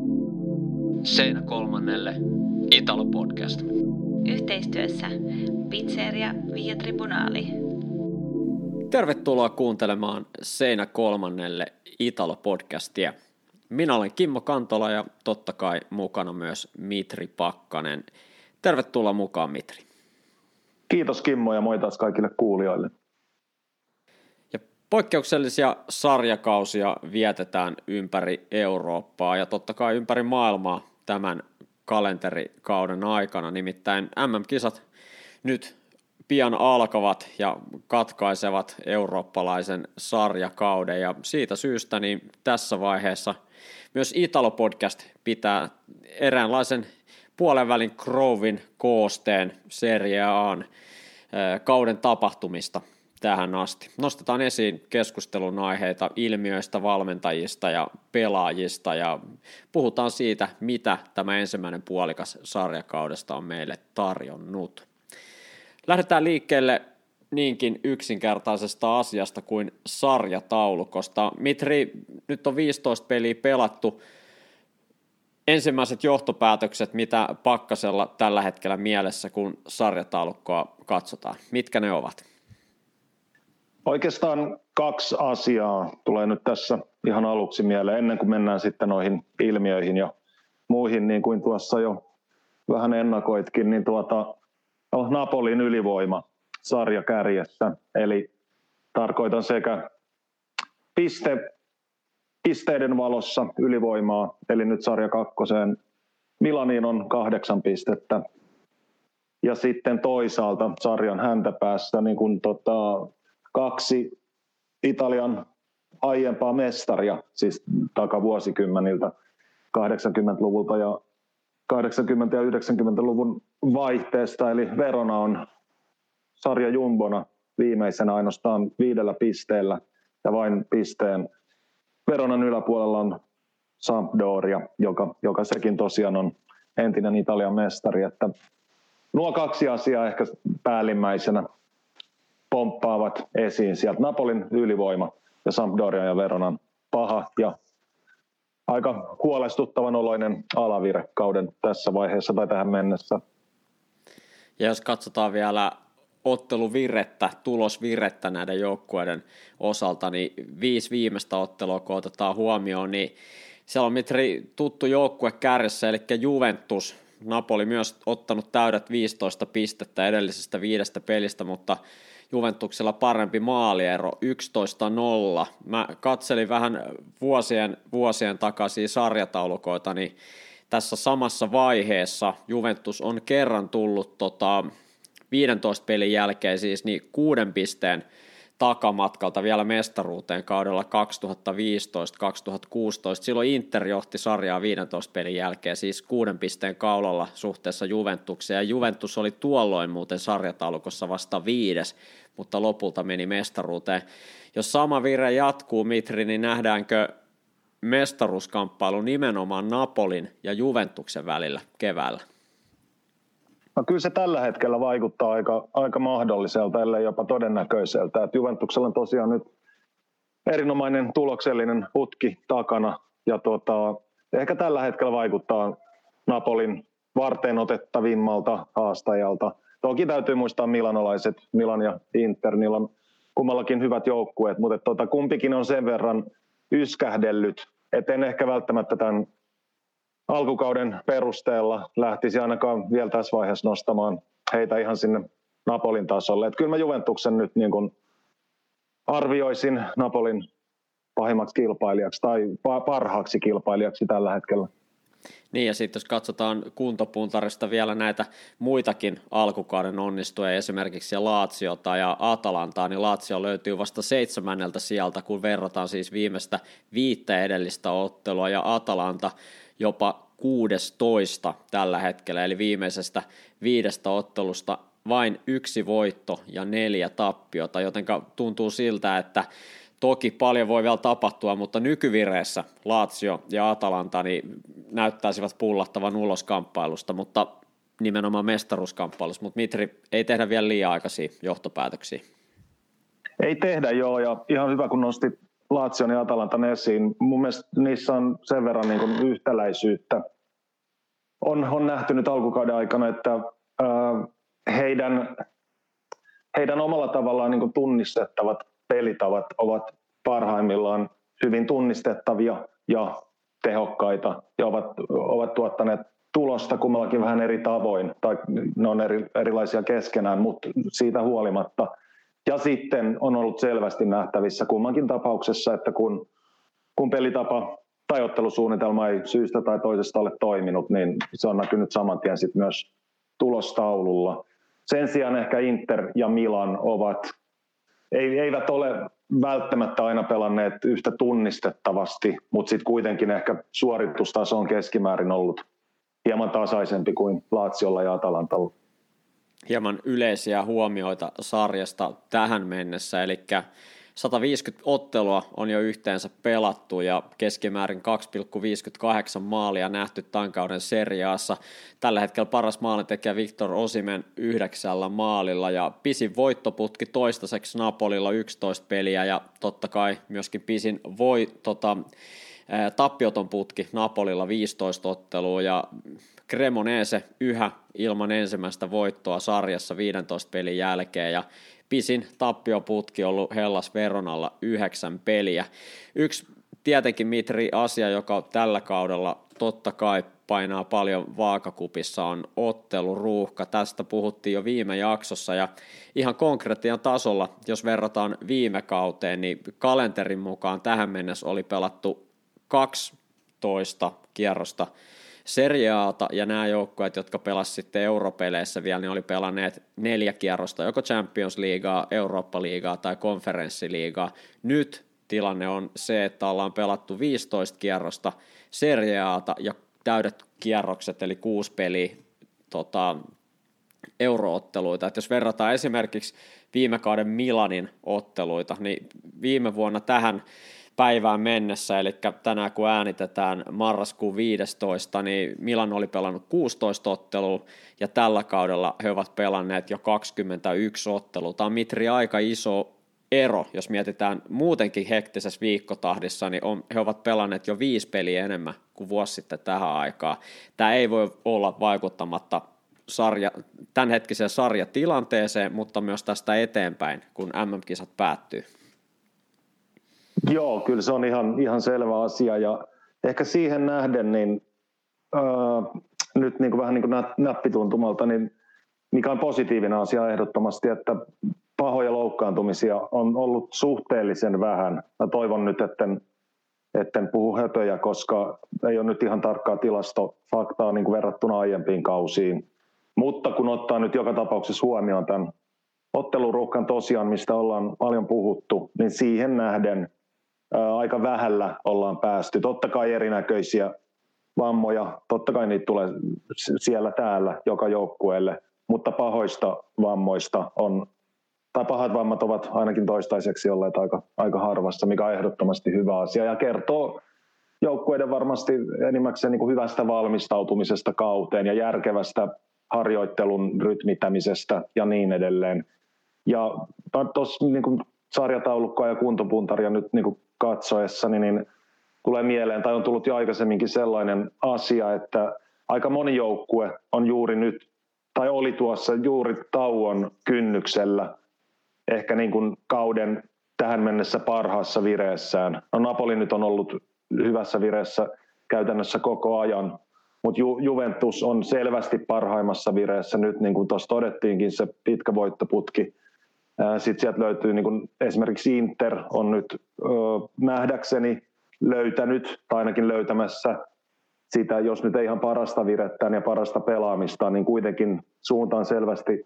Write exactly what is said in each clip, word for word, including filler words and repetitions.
Seinä kolmannelle Italo Podcast. Yhteistyössä Pizzeria Via Tribunali. Tervetuloa kuuntelemaan Seinä kolmannelle Italo Podcastia. Minä olen Kimmo Kantola ja totta kai mukana myös Mitri Pakkanen. Tervetuloa mukaan, Mitri. Kiitos Kimmo ja moi taas kaikille kuulijoille. Ja poikkeuksellisia sarjakausia vietetään ympäri Eurooppaa ja totta kai ympäri maailmaa tämän kalenterikauden aikana. Nimittäin M M-kisat nyt pian alkavat ja katkaisevat eurooppalaisen sarjakauden ja siitä syystä niin tässä vaiheessa myös Italo Podcast pitää eräänlaisen puolenvälin Crowin koosteen Serie A:n kauden tapahtumista tähän asti. Nostetaan esiin keskustelun aiheita ilmiöistä, valmentajista ja pelaajista ja puhutaan siitä, mitä tämä ensimmäinen puolikas sarjakaudesta on meille tarjonnut. Lähdetään liikkeelle niinkin yksinkertaisesta asiasta kuin sarjataulukosta. Mitri, nyt on viisitoista peliä pelattu. Ensimmäiset johtopäätökset, mitä Pakkasella tällä hetkellä mielessä, kun sarjataulukkoa katsotaan. Mitkä ne ovat? Oikeastaan kaksi asiaa tulee nyt tässä ihan aluksi mieleen, ennen kuin mennään sitten noihin ilmiöihin ja muihin, niin kuin tuossa jo vähän ennakoitkin, niin tuota, no, Napolin ylivoima sarjakärjessä, eli tarkoitan sekä piste, pisteiden valossa ylivoimaa, eli nyt sarja kakkoseen Milaniin on kahdeksan pistettä, ja sitten toisaalta sarjan häntäpäässä niin kun tota, kaksi Italian aiempaa mestaria, siis takavuosikymmeniltä, kahdeksankymmentäluvulta ja kahdeksankymmentä- ja yhdeksänkymmentäluvun vaihteesta, eli Verona on sarja jumbona viimeisenä ainoastaan viidellä pisteellä, ja vain pisteen Veronan yläpuolella on Sampdoria, joka, joka sekin tosiaan on entinen Italian mestari, että nuo kaksi asiaa ehkä päällimmäisenä pomppaavat esiin sieltä. Napolin ylivoima ja Sampdoria ja Veronan paha ja aika huolestuttavan oloinen alavire kauden tässä vaiheessa tai tähän mennessä. Ja jos katsotaan vielä otteluvirettä, tulosvirettä näiden joukkueiden osalta, niin viisi viimeistä ottelua, kun otetaan huomioon, niin siellä on Mitri tuttu joukkue kärjessä, eli Juventus. Napoli myös ottanut täydet viisitoista pistettä edellisestä viidestä pelistä, mutta Juventuksella parempi maaliero yksitoista nolla. Mä katselin vähän vuosien, vuosien takaisia sarjataulukoita, niin tässä samassa vaiheessa Juventus on kerran tullut tota, viidentoista pelin jälkeen siis niin kuuden pisteen takamatkalta vielä mestaruuteen kaudella kaksituhattaviisitoista kaksituhattakuusitoista. Silloin Inter johti sarjaa viidentoista pelin jälkeen, siis kuuden pisteen kaulalla suhteessa Juventukseen. Ja Juventus oli tuolloin muuten sarjataulukossa vasta viides, mutta lopulta meni mestaruuteen. Jos sama vire jatkuu, Mitri, niin nähdäänkö mestaruuskamppailu nimenomaan Napolin ja Juventuksen välillä keväällä? No kyllä se tällä hetkellä vaikuttaa aika, aika mahdolliselta, ellei jopa todennäköiseltä. Että Juventuksella on tosiaan nyt erinomainen tuloksellinen putki takana. Ja tota, ehkä tällä hetkellä vaikuttaa Napolin varteen otettavimmalta haastajalta. Toki täytyy muistaa milanolaiset, Milan ja Inter, niillä on kummallakin hyvät joukkueet, mutta tota, kumpikin on sen verran yskähdellyt, et en ehkä välttämättä tämän alkukauden perusteella lähtisi ainakaan vielä tässä vaiheessa nostamaan heitä ihan sinne Napolin tasolle. Et kyllä mä Juventuksen nyt niin kun arvioisin Napolin pahimmaksi kilpailijaksi tai parhaaksi kilpailijaksi tällä hetkellä. Niin ja sitten jos katsotaan kuntopuntarista vielä näitä muitakin alkukauden onnistuja, esimerkiksi Laziota ja Atalantaa, niin Lazio löytyy vasta seitsemänneltä sieltä, kun verrataan siis viimeistä viittä edellistä ottelua, ja Atalanta jopa kuudestoista tällä hetkellä, eli viimeisestä viidestä ottelusta vain yksi voitto ja neljä tappiota, joten tuntuu siltä, että toki paljon voi vielä tapahtua, mutta nykyvireessä Lazio ja Atalanta niin näyttäisivät pullattavan ulos kamppailusta, mutta nimenomaan mestaruuskamppailusta. Mutta Mitri, ei tehdä vielä liian aikaisia johtopäätöksiä. Ei tehdä joo, ja ihan hyvä kun nostit Lazion ja Atalantan esiin. Mun mielestä niissä on sen verran niin kuin yhtäläisyyttä. On, on nähty nyt alkukauden aikana, että ää, heidän, heidän omalla tavallaan niin kuin tunnistettavat pelitavat ovat parhaimmillaan hyvin tunnistettavia ja tehokkaita ja ovat, ovat tuottaneet tulosta kummallakin vähän eri tavoin, tai ne on eri, erilaisia keskenään, mutta siitä huolimatta. Ja sitten on ollut selvästi nähtävissä kummankin tapauksessa, että kun, kun pelitapa tai ottelusuunnitelma ei syystä tai toisesta ole toiminut, niin se on näkynyt saman tien sit myös tulostaululla. Sen sijaan ehkä Inter ja Milan ovat, eivät ole välttämättä aina pelanneet yhtä tunnistettavasti, mutta sitten kuitenkin ehkä suoritustaso on keskimäärin ollut hieman tasaisempi kuin Laziolla ja Atalantalla. Hieman yleisiä huomioita sarjasta tähän mennessä, eli sata viisikymmentä ottelua on jo yhteensä pelattu ja keskimäärin kaksi pilkku viisikymmentäkahdeksan maalia nähty tämän kauden Serie A:ssa. Tällä hetkellä paras maalintekijä Victor Osimhen yhdeksällä maalilla ja pisin voittoputki toistaiseksi Napolilla yksitoista peliä ja totta kai myöskin pisin voi, tota, tappioton putki Napolilla viisitoista ottelua ja Cremonese yhä ilman ensimmäistä voittoa sarjassa viidentoista pelin jälkeen ja pisin tappioputki on ollut Hellas Veronalla yhdeksän peliä. Yksi tietenkin Mitri asia, joka tällä kaudella totta kai painaa paljon vaakakupissa on otteluruuhka. Tästä puhuttiin jo viime jaksossa ja ihan konkreettian tasolla, jos verrataan viime kauteen, niin kalenterin mukaan tähän mennessä oli pelattu kaksitoista kierrosta Serie A:ta ja nämä joukkueet, jotka pelasivat sitten europeleissä vielä, niin oli pelanneet neljä kierrosta, joko Champions Leaguea, Eurooppa-liigaa tai konferenssiliigaa. Nyt tilanne on se, että ollaan pelattu viisitoista kierrosta Serie A:ta ja täydet kierrokset, eli kuusi peliä tota, eurootteluita. Et jos verrataan esimerkiksi viime kauden Milanin otteluita, niin viime vuonna tähän päivään mennessä, eli tänään kun äänitetään marraskuun viidestoista, niin Milan oli pelannut kuusitoista ottelua, ja tällä kaudella he ovat pelanneet jo kaksikymmentäyksi ottelua. Tämä on Mitri aika iso ero, jos mietitään muutenkin hektisessä viikkotahdissa, niin on, he ovat pelanneet jo viisi peliä enemmän kuin vuosi sitten tähän aikaan. Tämä ei voi olla vaikuttamatta sarja, tämänhetkiseen sarjatilanteeseen, mutta myös tästä eteenpäin, kun M M-kisat päättyy. Joo, kyllä se on ihan, ihan selvä asia ja ehkä siihen nähden, niin öö, nyt niin kuin vähän niin kuin näppituntumalta, niin mikä on positiivinen asia ehdottomasti, että pahoja loukkaantumisia on ollut suhteellisen vähän. Mä toivon nyt, etten, etten puhu höpöjä, koska ei ole nyt ihan tarkkaa tilastofaktaa niin kuin verrattuna aiempiin kausiin. Mutta kun ottaa nyt joka tapauksessa huomioon tämän otteluruuhkan tosiaan, mistä ollaan paljon puhuttu, niin siihen nähden ää, aika vähällä ollaan päästy. Totta kai erinäköisiä vammoja, totta kai niitä tulee siellä täällä joka joukkueelle, mutta pahoista vammoista on, tai pahat vammat ovat ainakin toistaiseksi olleet aika, aika harvassa, mikä on ehdottomasti hyvä asia ja kertoo joukkueiden varmasti enimmäkseen niin kuin hyvästä valmistautumisesta kauteen ja järkevästä harjoittelun rytmittämisestä ja niin edelleen. Ja tuossa niin sarjataulukkoa ja kuntopuntaria nyt niin kuin katsoessani, niin tulee mieleen, tai on tullut jo aikaisemminkin sellainen asia, että aika moni joukkue on juuri nyt, tai oli tuossa juuri tauon kynnyksellä, ehkä niin kuin kauden tähän mennessä parhaassa vireessään. No Napoli nyt on ollut hyvässä vireessä käytännössä koko ajan, mutta Ju- Juventus on selvästi parhaimmassa vireessä nyt, niin kuin tuossa todettiinkin, se pitkä voittoputki. Sitten sieltä löytyy niin kuin esimerkiksi Inter on nyt ö, nähdäkseni löytänyt, tai ainakin löytämässä sitä, jos nyt ei ihan parasta virettään ja parasta pelaamista, niin kuitenkin suuntaan selvästi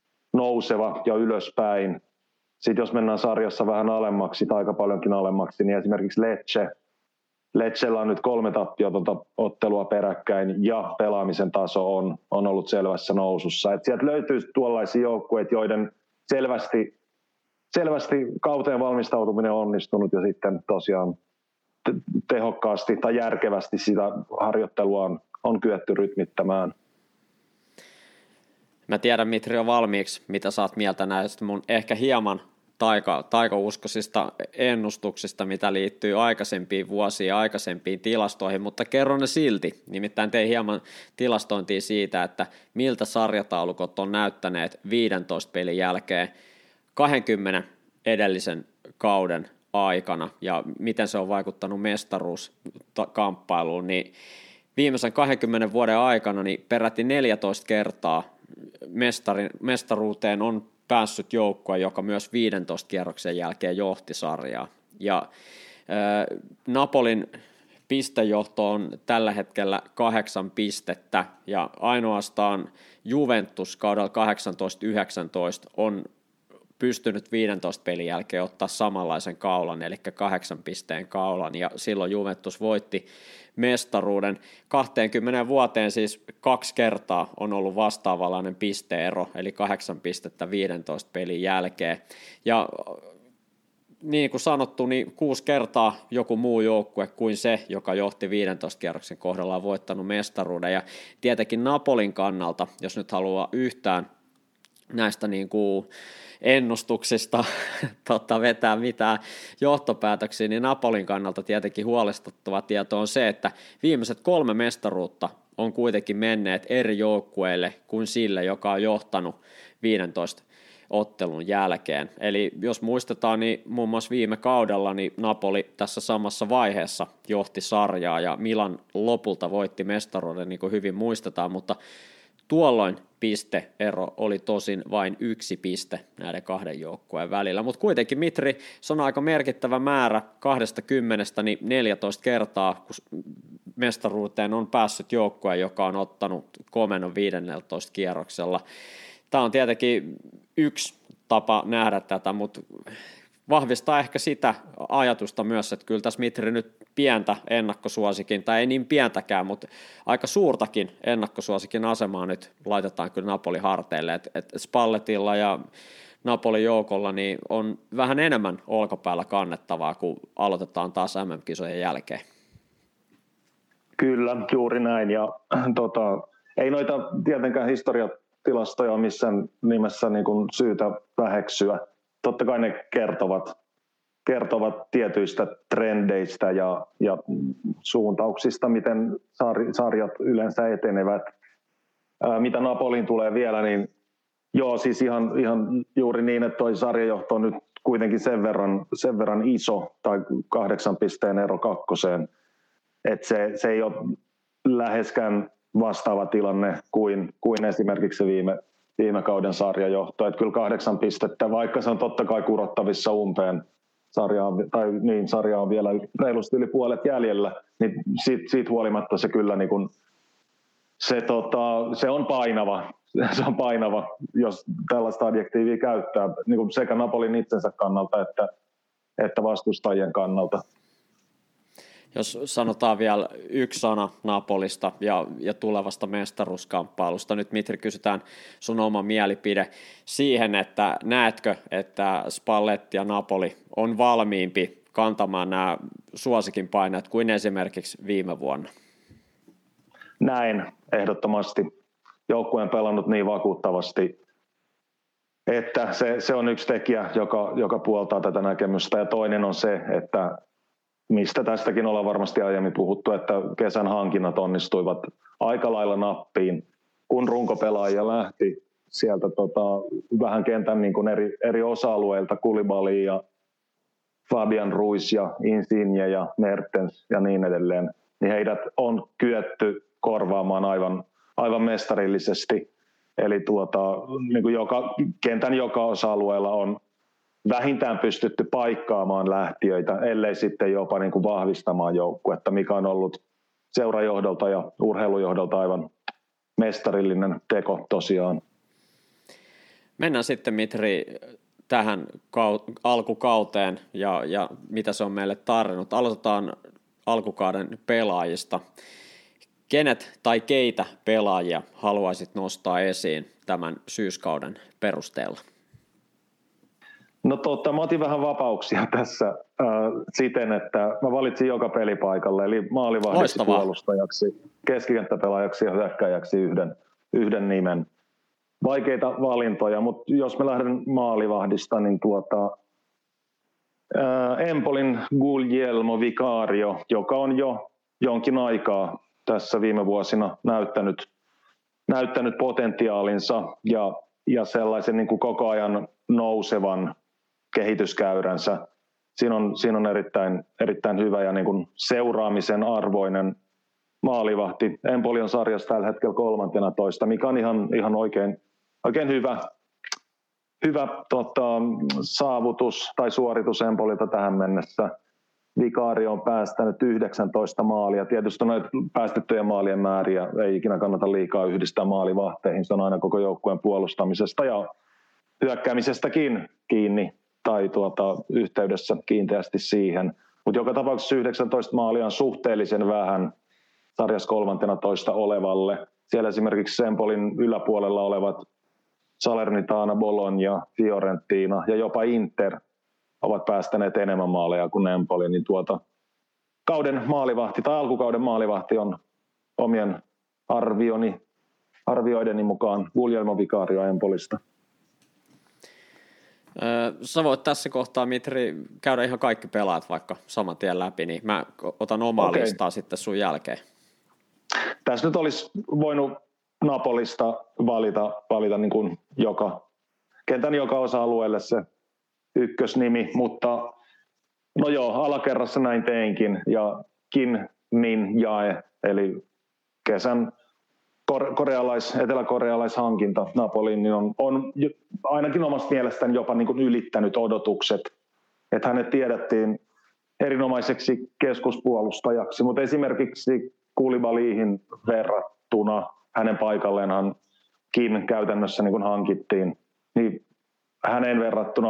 nouseva ja ylöspäin. Sitten jos mennään sarjassa vähän alemmaksi tai aika paljonkin alemmaksi, niin esimerkiksi Lecce. Lecceellä on nyt kolme tappiotonta ottelua peräkkäin ja pelaamisen taso on, on ollut selvässä nousussa. Et sieltä löytyy tuollaisia joukkueita, joiden selvästi, selvästi kauteen valmistautuminen on onnistunut ja sitten tosiaan tehokkaasti tai järkevästi sitä harjoittelua on, on kyetty rytmittämään. Mä tiedän, Mitri, on valmiiksi, mitä sä oot mieltä näistä mun ehkä hieman taika, taikauskoisista ennustuksista, mitä liittyy aikaisempiin vuosiin ja aikaisempiin tilastoihin, mutta kerron ne silti. Nimittäin tein hieman tilastointia siitä, että miltä sarjataulukot on näyttäneet viidentoista pelin jälkeen kaksikymmentä edellisen kauden aikana ja miten se on vaikuttanut mestaruuskamppailuun, niin viimeisen kahdenkymmenen vuoden aikana niin peräti neljätoista kertaa mestarin, mestaruuteen on päässyt joukkue, joka myös viidentoista kierroksen jälkeen johti sarjaa. Ja äh, Napolin pistejohto on tällä hetkellä kahdeksan pistettä ja ainoastaan Juventus kaudella kahdeksantoista yhdeksäntoista on pystynyt viidentoista pelin jälkeen ottaa samanlaisen kaulan, eli kahdeksan pisteen kaulan, ja silloin Juventus voitti mestaruuden. kaksikymmentä vuoteen siis kaksi kertaa on ollut vastaavanlainen pisteero, eli kahdeksan pistettä viidentoista pelin jälkeen. Ja niin kuin sanottu, niin kuusi kertaa joku muu joukkue kuin se, joka johti viidentoista kierroksen kohdalla, on voittanut mestaruuden. Ja tietenkin Napolin kannalta, jos nyt haluaa yhtään näistä niin kuin ennustuksista tota, vetää mitään johtopäätöksiä, niin Napolin kannalta tietenkin huolestuttava tieto on se, että viimeiset kolme mestaruutta on kuitenkin menneet eri joukkueille kuin sille, joka on johtanut viidentoista ottelun jälkeen. Eli jos muistetaan, niin muun muassa viime kaudella niin Napoli tässä samassa vaiheessa johti sarjaa ja Milan lopulta voitti mestaruuden, niin kuin hyvin muistetaan, mutta tuolloin pisteero oli tosin vain yksi piste näiden kahden joukkueen välillä, mutta kuitenkin Mitri, se on aika merkittävä määrä kaksikymmentä, niin neljätoista kertaa, kun mestaruuteen on päässyt joukkue, joka on ottanut komennon viidenneltoista kierroksella. Tämä on tietenkin yksi tapa nähdä tätä, mutta vahvistaa ehkä sitä ajatusta myös, että kyllä tässä Mitri nyt pientä ennakkosuosikin, tai ei niin pientäkään, mutta aika suurtakin ennakkosuosikin asemaa nyt laitetaan kyllä Napolin harteille, että et Spallettilla ja Napolin joukolla niin on vähän enemmän olkapäällä kannettavaa, kun aloitetaan taas M M-kisojen jälkeen. Kyllä, juuri näin, ja tota, ei noita tietenkään historiatilastoja missään nimessä niin kuin syytä väheksyä. Totta kai ne kertovat, kertovat tietyistä trendeistä ja, ja suuntauksista, miten sarjat yleensä etenevät. Ää, mitä Napoliin tulee vielä, niin joo, siis ihan, ihan juuri niin, että toi sarjajohto on nyt kuitenkin sen verran, sen verran iso, tai kahdeksan pisteen ero kakkoseen, että se, se ei ole läheskään vastaava tilanne kuin, kuin esimerkiksi se viime viime kauden sarjajohto, että kyllä kahdeksan pistettä, vaikka se on totta kai kurottavissa umpeen, sarja on, tai niin, sarja on vielä reilusti yli puolet jäljellä, niin siitä, siitä huolimatta se kyllä niin kuin, se, tota, se on painava, se on painava, jos tällaista adjektiivia käyttää, niin kuin sekä Napolin itsensä kannalta että, että vastustajien kannalta. Jos sanotaan vielä yksi sana Napolista ja, ja tulevasta mestaruuskamppailusta, nyt Mitri kysytään sun oma mielipide siihen, että näetkö, että Spalletti ja Napoli on valmiimpi kantamaan nämä suosikin paineet kuin esimerkiksi viime vuonna? Näin, ehdottomasti. Joukkue on pelannut niin vakuuttavasti, että se, se on yksi tekijä, joka, joka puoltaa tätä näkemystä, ja toinen on se, että mistä tästäkin ollaan varmasti aiemmin puhuttu, että kesän hankinnat onnistuivat aika lailla nappiin, kun runkopelaajia lähti sieltä tota, vähän kentän niin kuin eri, eri osa-alueilta, Koulibaly ja Fabian Ruiz ja Insigne ja Mertens ja niin edelleen, niin heidät on kyetty korvaamaan aivan, aivan mestarillisesti. Eli tuota, niin kuin joka, kentän joka osa-alueella on vähintään pystytty paikkaamaan lähtiöitä, ellei sitten jopa niin kuin vahvistamaan joukkuetta, mikä on ollut seurajohdolta ja urheilujohdolta aivan mestarillinen teko tosiaan. Mennään sitten, Mitri, tähän kau- alkukauteen ja, ja mitä se on meille tarjonnut. Aloitetaan alkukauden pelaajista. Kenet tai keitä pelaajia haluaisit nostaa esiin tämän syyskauden perusteella? No totta, mä otin vähän vapauksia tässä äh, siten, että mä valitsin joka pelipaikalle, eli maalivahdiksi, puolustajaksi, keskikenttäpelaajaksi ja hyökkääjäksi yhden, yhden nimen. Vaikeita valintoja, mutta jos mä lähden maalivahdista, niin tuota, Empolin Guglielmo Vicario, joka on jo jonkin aikaa tässä viime vuosina näyttänyt, näyttänyt potentiaalinsa ja, ja sellaisen niin kuin koko ajan nousevan kehityskäyränsä. Siinä on, siinä on erittäin, erittäin hyvä ja niin kuin seuraamisen arvoinen maalivahti. Empoli on sarjassa tällä hetkellä kolmantena toista, mikä on ihan, ihan oikein, oikein hyvä, hyvä tota, saavutus tai suoritus Empolilta tähän mennessä. Vicario on päästänyt yhdeksäntoista maalia. Tietysti noita päästettyjä maalien määriä ei ikinä kannata liikaa yhdistää maalivahteihin. Se on aina koko joukkueen puolustamisesta ja hyökkäämisestäkin kiinni tai tuota, yhteydessä kiinteästi siihen. Mutta joka tapauksessa yhdeksäntoista maalia on suhteellisen vähän sarjassa kolmantena toista olevalle. Siellä esimerkiksi Empolin yläpuolella olevat Salernitana, Bologna, Fiorentina ja jopa Inter ovat päästäneet enemmän maaleja kuin Empoli, niin tuota, kauden maalivahti tai alkukauden maalivahti on omien arvioni, arvioideni mukaan Guglielmo Vicario Empolista. Sä voit tässä kohtaa, Mitri, käydä ihan kaikki pelaat vaikka saman tien läpi, niin mä otan omaa okay. listaa sitten sun jälkeen. Tässä nyt olisi voinut Napolista valita, valita niin kuin joka, kentän joka osa-alueelle se ykkösnimi, mutta no joo, alakerrassa näin teinkin, ja Kim Min Jae, eli kesän korealais, eteläkorealaishankinta Napoliin, niin on, on ainakin omasta mielestäni jopa niin kuin ylittänyt odotukset, että hänet tiedettiin erinomaiseksi keskuspuolustajaksi, mutta esimerkiksi Koulibalyhin verrattuna hänen paikalleenhan Kim käytännössä niin kuin hankittiin, niin hänen verrattuna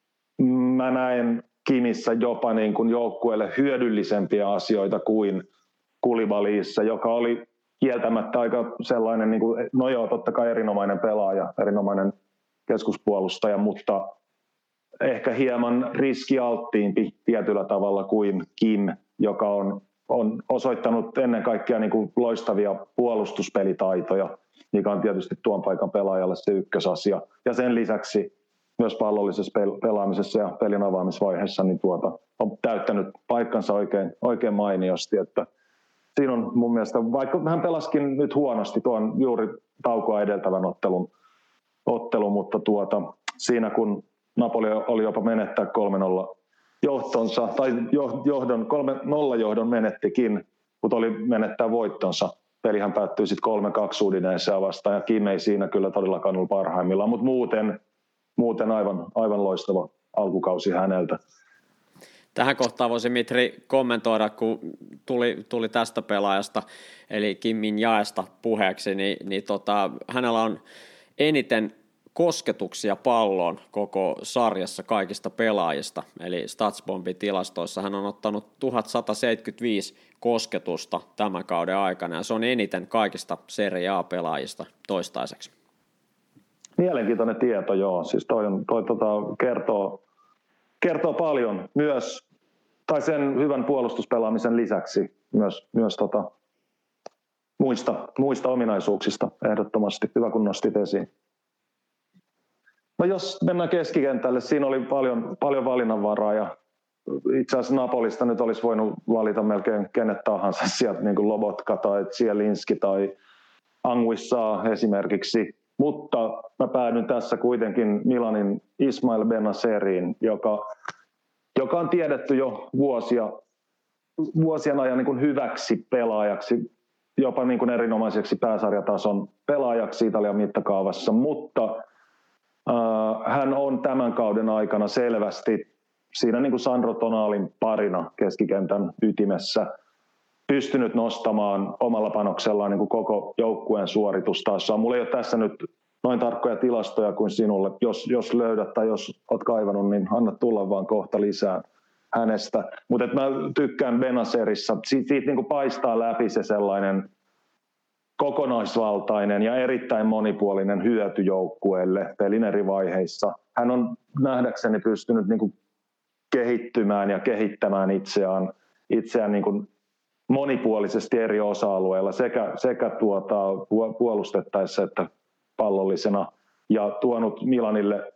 mä näen Kimissä jopa niin kuin joukkueelle hyödyllisempiä asioita kuin Koulibalyssa, joka oli kieltämättä aika sellainen, niin kuin, no joo, totta kai erinomainen pelaaja, erinomainen keskuspuolustaja, mutta ehkä hieman riskialttiimpi tietyllä tavalla kuin Kim, joka on, on osoittanut ennen kaikkea niin kuin loistavia puolustuspelitaitoja, mikä on tietysti tuon paikan pelaajalle se ykkösasia. Ja sen lisäksi myös pallollisessa pelaamisessa ja pelin avaamisvaiheessa niin tuota, on täyttänyt paikkansa oikein, oikein mainiosti, että siinä on mun mielestä, vaikka hän pelasikin nyt huonosti tuon juuri taukoa edeltävän ottelun, ottelun mutta tuota, siinä kun Napoli oli jopa menettää kolme nolla johtonsa, tai johdon, kolme nolla johdon menettikin, mutta oli menettää voittonsa. Pelihän päättyi sitten kolme kaksi Udinesea vastaan, ja Kim ei siinä kyllä todellakaan ollut parhaimmillaan, mutta muuten, muuten aivan, aivan loistava alkukausi häneltä. Tähän kohtaan voisi Mitri kommentoida, kun tuli, tuli tästä pelaajasta, eli Kim Min Jaesta puheeksi, niin, niin tota, hänellä on eniten kosketuksia palloon koko sarjassa kaikista pelaajista, eli Statsbombin tilastoissa hän on ottanut tuhatsataseitsemänkymmentäviisi kosketusta tämän kauden aikana, ja se on eniten kaikista Serie A-pelaajista toistaiseksi. Mielenkiintoinen tieto, joo. Siis toi, on, toi tota, kertoo, kertoo paljon myös, tai sen hyvän puolustuspelaamisen lisäksi myös, myös tota, muista, muista ominaisuuksista ehdottomasti. Hyvä, kun nostit esiin. No jos mennään keskikentälle, siinä oli paljon, paljon valinnanvaraa ja itse asiassa Napolista nyt olisi voinut valita melkein kenet tahansa sieltä, niin kuin Lobotka tai Zielinski tai Anguissa esimerkiksi, mutta mä päädyin tässä kuitenkin Milanin Ismail Bennasseriin, joka, joka on tiedetty jo vuosia, vuosien ajan niin kuin hyväksi pelaajaksi, jopa niin kuin erinomaiseksi pääsarjatason pelaajaksi Italian mittakaavassa, mutta Uh, hän on tämän kauden aikana selvästi siinä niin kuin Sandro Tonalin parina keskikentän ytimessä pystynyt nostamaan omalla panoksellaan niin kuin koko joukkueen suoritustasoa. Mulla ei ole tässä nyt noin tarkkoja tilastoja kuin sinulle. Jos, jos löydät tai jos olet kaivannut, niin anna tulla vaan kohta lisää hänestä. Mutta mä tykkään Benasserissa. Siitä, siitä niin kuin paistaa läpi se sellainen kokonaisvaltainen ja erittäin monipuolinen hyöty joukkueelle pelin eri vaiheissa. Hän on nähdäkseni pystynyt niin kuin kehittymään ja kehittämään itseään, itseään niin kuin monipuolisesti eri osa-alueilla sekä, sekä tuota, puolustettaessa että pallollisena ja tuonut Milanille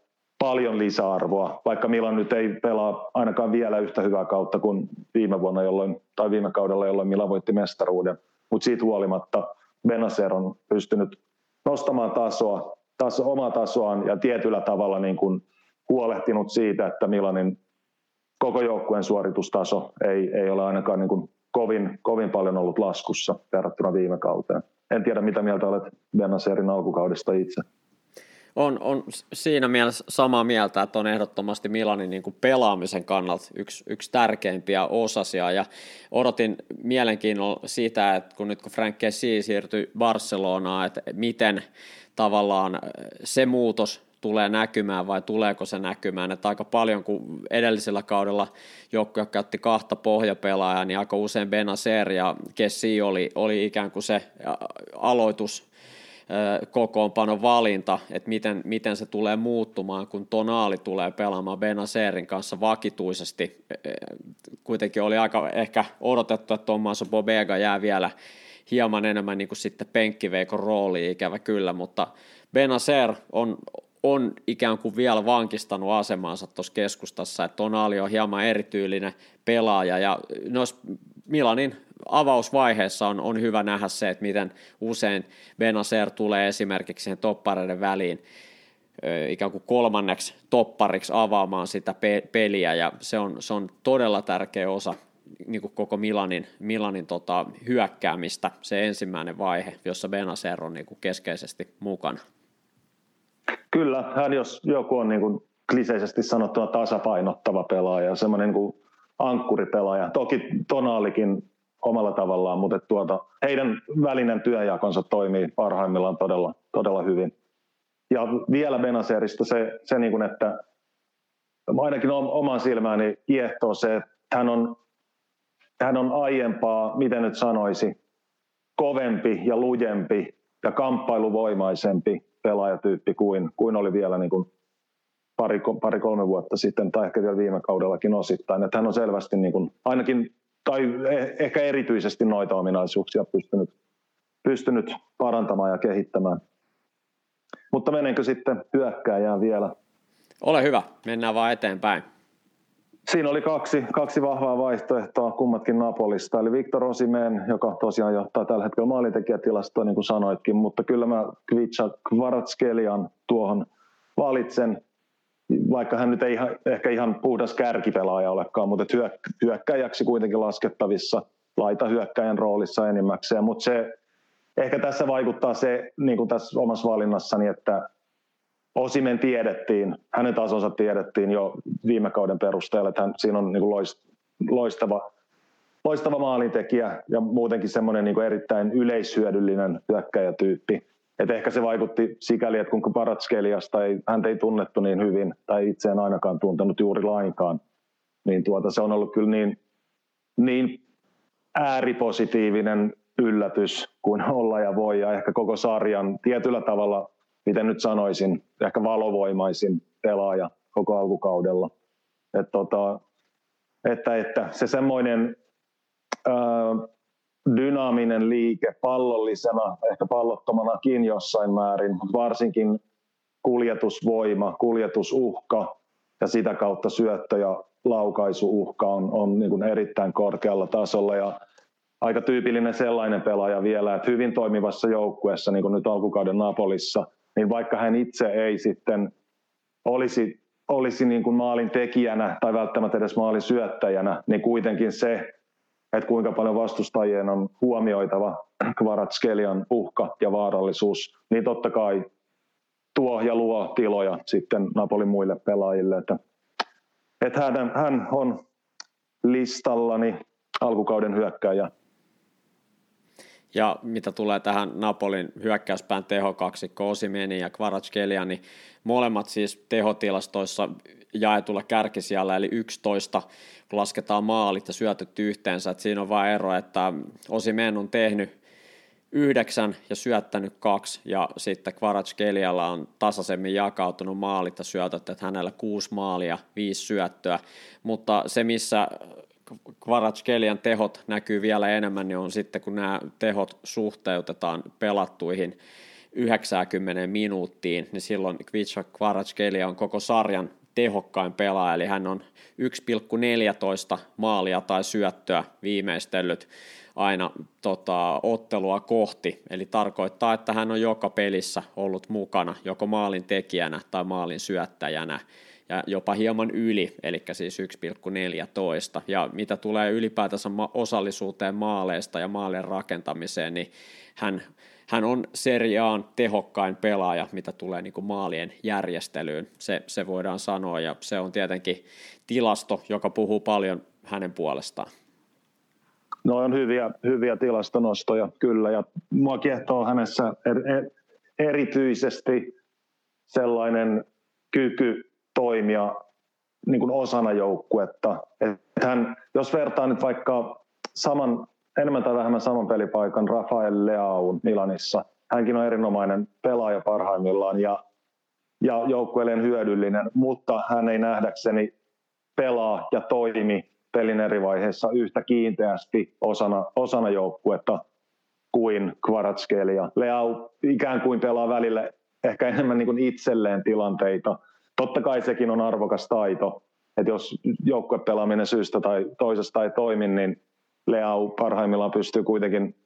paljon lisäarvoa, vaikka Milan nyt ei pelaa ainakaan vielä yhtä hyvää kautta kuin viime vuonna, jolloin, tai viime kaudella, jolloin Milan voitti mestaruuden. Mutta siitä huolimatta Benacer on pystynyt nostamaan tasoa, taso, omaa tasoaan ja tietyllä tavalla niin kuin huolehtinut siitä, että Milanin koko joukkueen suoritustaso ei, ei ole ainakaan niin kuin kovin, kovin paljon ollut laskussa verrattuna viime kauteen. En tiedä, mitä mieltä olet Benacerin alkukaudesta itse. On, on siinä mielessä samaa mieltä, että on ehdottomasti Milanin niin kuin pelaamisen kannalta yksi, yksi tärkeimpiä osasia, ja odotin mielenkiinnolla sitä, että kun nyt kun Franck Kessie siirtyi Barcelonaan, että miten tavallaan se muutos tulee näkymään vai tuleeko se näkymään, että aika paljon kun edellisellä kaudella joukkue käytti kahta pohjapelaajaa, niin aika usein Benacer ja Kessie oli, oli ikään kuin se aloitus kokoonpanon valinta, että miten, miten se tulee muuttumaan, kun Tonali tulee pelaamaan Benacerin kanssa vakituisesti. Kuitenkin oli aika ehkä odotettu, että Tommaso Pobega jää vielä hieman enemmän niin kuin sitten penkkiveikon rooliin, ikävä kyllä, mutta Benacer on, on ikään kuin vielä vankistanut asemansa tuossa keskustassa, että Tonali on hieman erityylinen pelaaja, ja noissa Milanin avausvaiheessa on, on hyvä nähdä se, että miten usein Benacer tulee esimerkiksi siihen toppareiden väliin ikään kuin kolmanneksi toppariksi avaamaan sitä pe- peliä, ja se on, se on todella tärkeä osa niin kuin koko Milanin, Milanin tota, hyökkäämistä, se ensimmäinen vaihe, jossa Benacer on niin kuin keskeisesti mukana. Kyllä, hän jos joku on niin kuin kliseisesti sanottuna tasapainottava pelaaja, semmoinen niin kuin ankkuripelaaja. Toki Tonalikin omalla tavallaan, mutta tuota, heidän välinen työjakonsa toimii parhaimmillaan todella, todella hyvin. Ja vielä Benacerista se, se niin kuin, että ainakin oman silmääni kiehtoo se, että hän on, hän on aiempaa, miten nyt sanoisi, kovempi ja lujempi ja kamppailuvoimaisempi pelaajatyyppi kuin, kuin oli vielä niin kuin pari, pari kolme vuotta sitten tai ehkä vielä viime kaudellakin osittain. Että hän on selvästi niin kuin, ainakin tai ehkä erityisesti noita ominaisuuksia pystynyt, pystynyt parantamaan ja kehittämään. Mutta menenkö sitten hyökkääjään vielä? Ole hyvä, mennään vaan eteenpäin. Siinä oli kaksi, kaksi vahvaa vaihtoehtoa kummatkin Napolista, eli Victor Osimhen, joka tosiaan johtaa tällä hetkellä maalintekijätilastoa, niin kuin sanoitkin, mutta kyllä mä Kvicha Kvaratskelian tuohon valitsen, vaikka hän nyt ei ihan, ehkä ihan puhdas kärkipelaaja olekaan, mutta hyökkäjäksi kuitenkin laskettavissa laitahyökkäjän roolissa enimmäkseen, mutta se ehkä tässä vaikuttaa se, niin kuin tässä omassa valinnassani, että Osimhen tiedettiin, hänen tasonsa tiedettiin jo viime kauden perusteella, että hän, siinä on niin kuin loistava, loistava maalintekijä ja muutenkin semmoinen niin kuin erittäin yleishyödyllinen hyökkäjätyyppi. Et ehkä se vaikutti sikäli, että kun Kvaratskeliasta ei, häntä ei tunnettu niin hyvin, tai itse en ainakaan tuntenut juuri lainkaan, niin tuota, se on ollut kyllä niin, niin ääripositiivinen yllätys kuin olla ja voi, ja ehkä koko sarjan tietyllä tavalla, miten nyt sanoisin, ehkä valovoimaisin pelaaja koko alkukaudella. Et tota, että, että se semmoinen ää, dynaaminen liike pallollisena, ehkä pallottomanakin jossain määrin, mutta varsinkin kuljetusvoima, kuljetusuhka ja sitä kautta syöttö- ja laukaisuuhka on, on niin kuin erittäin korkealla tasolla ja aika tyypillinen sellainen pelaaja vielä, että hyvin toimivassa joukkueessa, niin kuin nyt alkukauden Napolissa, niin vaikka hän itse ei sitten olisi, olisi niin kuin maalin tekijänä tai välttämättä edes maalin syöttäjänä, niin kuitenkin se, että kuinka paljon vastustajien on huomioitava Kvaratskelian uhka ja vaarallisuus, niin totta kai tuo ja luo tiloja sitten Napolin muille pelaajille. Että, että hän, hän on listallani alkukauden hyökkääjä. Ja mitä tulee tähän Napolin hyökkäyspään tehokaksikko Osimhenin ja Kvaratskhelia, niin molemmat siis tehotilastoissa jaetulla kärkisijalla, eli yksitoista, kun lasketaan maalit ja syötöt yhteensä, että siinä on vain ero, että Osimhen on tehnyt yhdeksän ja syöttänyt kaksi, ja sitten Kvaratskelialla on tasaisemmin jakautunut maalit ja syötöt, että hänellä kuusi maalia, viisi syöttöä, mutta se missä Kvaratskelian tehot näkyy vielä enemmän, niin on sitten kun nämä tehot suhteutetaan pelattuihin yhdeksänkymmentä minuuttiin, niin silloin Kvicha Kvaratskhelia on koko sarjan tehokkain pelaaja, eli hän on yksi pilkku neljätoista maalia tai syöttöä viimeistellyt aina tota, ottelua kohti, eli tarkoittaa, että hän on joka pelissä ollut mukana joko maalin tekijänä tai maalin syöttäjänä, ja jopa hieman yli, eli siis yksi pilkku neljätoista, ja mitä tulee ylipäätänsä osallisuuteen maaleista ja maalien rakentamiseen, niin hän, hän on Serie A:n tehokkain pelaaja, mitä tulee niin kuin maalien järjestelyyn, se, se voidaan sanoa, ja se on tietenkin tilasto, joka puhuu paljon hänen puolestaan. No on hyviä, hyviä tilastonostoja, kyllä, ja mua kiehtoo hänessä er, er, erityisesti sellainen kyky toimia niin kuin osana joukkuetta. Että hän, jos vertaa nyt vaikka saman, enemmän tai vähemmän saman pelipaikan Rafael Leaun Milanissa, hänkin on erinomainen pelaaja parhaimmillaan ja, ja joukkueelleen hyödyllinen, mutta hän ei nähdäkseni pelaa ja toimi pelin eri vaiheissa yhtä kiinteästi osana, osana joukkuetta kuin Kvaratskhelia. Leao ikään kuin pelaa välillä ehkä enemmän niin kuin itselleen tilanteita. Totta kai sekin on arvokas taito, että jos joukkuepelaaminen syystä tai toisesta ei toimi, niin Leao parhaimmillaan pystyy kuitenkin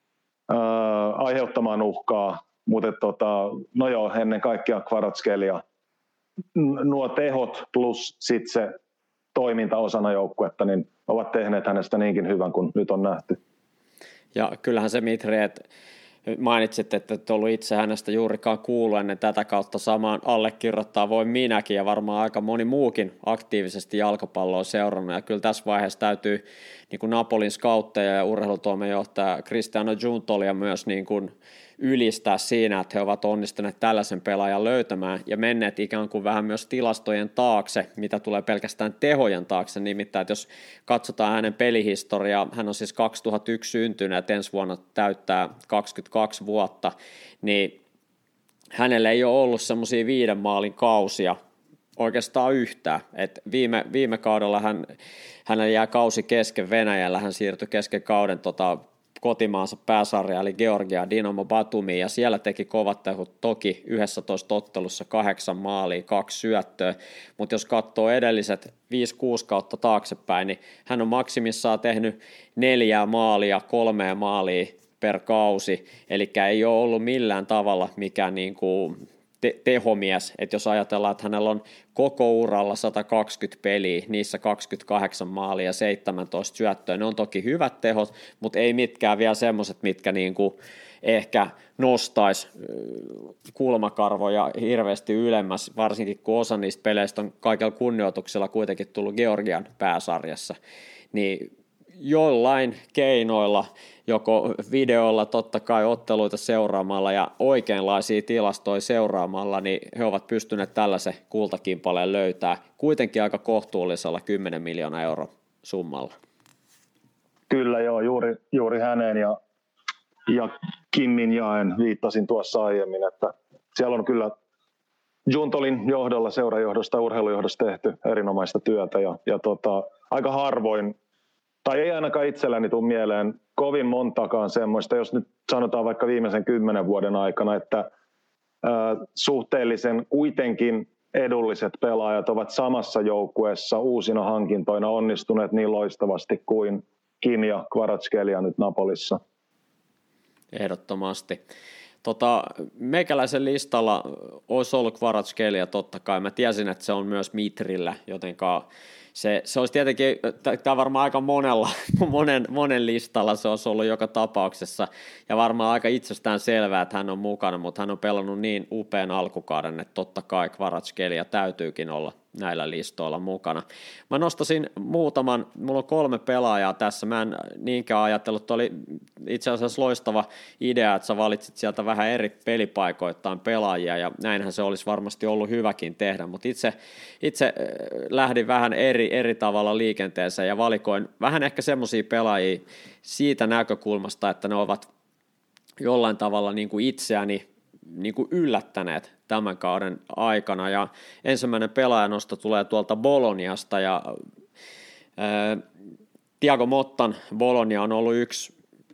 ää, aiheuttamaan uhkaa, mutta tota, no joo, ennen kaikkea Kvaratskhelia. Nuo tehot plus sitten se toiminta osana joukkuetta, niin ovat tehneet hänestä niinkin hyvän kuin nyt on nähty. Ja kyllähän se, Mitri, että mainitsit, että et ollut itse hänestä juurikaan kuullut ennen tätä kautta samaan allekirjoittaa voi minäkin ja varmaan aika moni muukin aktiivisesti jalkapalloa seurannut. Ja kyllä tässä vaiheessa täytyy niin kuin Napolin scoutteja ja urheilutoimenjohtaja Cristiano Giuntolia myös niin kuin ylistää siinä, että he ovat onnistuneet tällaisen pelaajan löytämään ja menneet ikään kuin vähän myös tilastojen taakse, mitä tulee pelkästään tehojen taakse, nimittäin, että jos katsotaan hänen pelihistoriaa, hän on siis kaksituhattayksi syntynyt, että ensi vuonna täyttää kaksikymmentäkaksi vuotta, niin hänellä ei ole ollut semmoisia viiden maalin kausia oikeastaan yhtään, että viime, viime kaudella hän, hänellä jää kausi kesken Venäjällä, hän siirtyi kesken kauden tota, kotimaansa pääsarja, eli Georgia Dinamo Batumiin, ja siellä teki kovat tehot toki yksitoista ottelussa kahdeksan maalia, kaksi syöttöä, mutta jos katsoo edelliset viisi kuusi kautta taaksepäin, niin hän on maksimissaan tehnyt neljää maalia, kolmea maalia per kausi, eli ei ole ollut millään tavalla mikään niin kuin te- tehomies, että jos ajatellaan, että hänellä on koko uralla sata kaksikymmentä peliä, niissä kaksikymmentäkahdeksan maalia ja seitsemäntoista syöttöä, ne on toki hyvät tehot, mutta ei mitkään vielä semmoiset, mitkä niinku ehkä nostaisi kulmakarvoja hirveästi ylemmäs, varsinkin kun osa niistä peleistä on kaikella kunnioituksella kuitenkin tullut Georgian pääsarjassa, niin jollain keinoilla, joko videolla totta kai otteluita seuraamalla ja oikeanlaisia tilastoja seuraamalla, niin he ovat pystyneet tällaisen kultakimpaleen löytää kuitenkin aika kohtuullisella kymmenen miljoonaa euro summalla. Kyllä joo, juuri, juuri häneen ja, ja Kim Min-jaen viittasin tuossa aiemmin, että siellä on kyllä Giuntolin johdolla, seurajohdosta ja urheilujohdosta tehty erinomaista työtä ja, ja tota, aika harvoin tai ei ainakaan itselläni tule mieleen kovin montakaan semmoista, jos nyt sanotaan vaikka viimeisen kymmenen vuoden aikana, että äh, suhteellisen kuitenkin edulliset pelaajat ovat samassa joukkueessa uusina hankintoina onnistuneet niin loistavasti kuin Kim ja Kvaratskhelia nyt Napolissa. Ehdottomasti. Tota, meikäläisen listalla olisi ollut Kvaratskhelia totta kai. Mä tiesin, että se on myös Mitrillä, jotenka Se, se olisi tietenkin, tämä varmaan aika monella, monen, monen listalla se olisi ollut joka tapauksessa, ja varmaan aika itsestään selvää, että hän on mukana, mutta hän on pelannut niin upean alkukauden, että totta kai Kvaratskhelia täytyykin olla näillä listoilla mukana. Mä nostasin muutaman, mulla on kolme pelaajaa tässä, mä en niinkään ajatellut, että oli itse asiassa loistava idea, että sä valitsit sieltä vähän eri pelipaikoittain pelaajia, ja näinhän se olisi varmasti ollut hyväkin tehdä, mutta itse, itse lähdin vähän eri, eri tavalla liikenteeseen ja valikoin vähän ehkä semmoisia pelaajia siitä näkökulmasta, että ne ovat jollain tavalla niin kuin itseäni niin kuin yllättäneet tämän kauden aikana, ja ensimmäinen pelaajanosto tulee tuolta Boloniasta, ja ää, Thiago Mottan Bologna on ollut yksi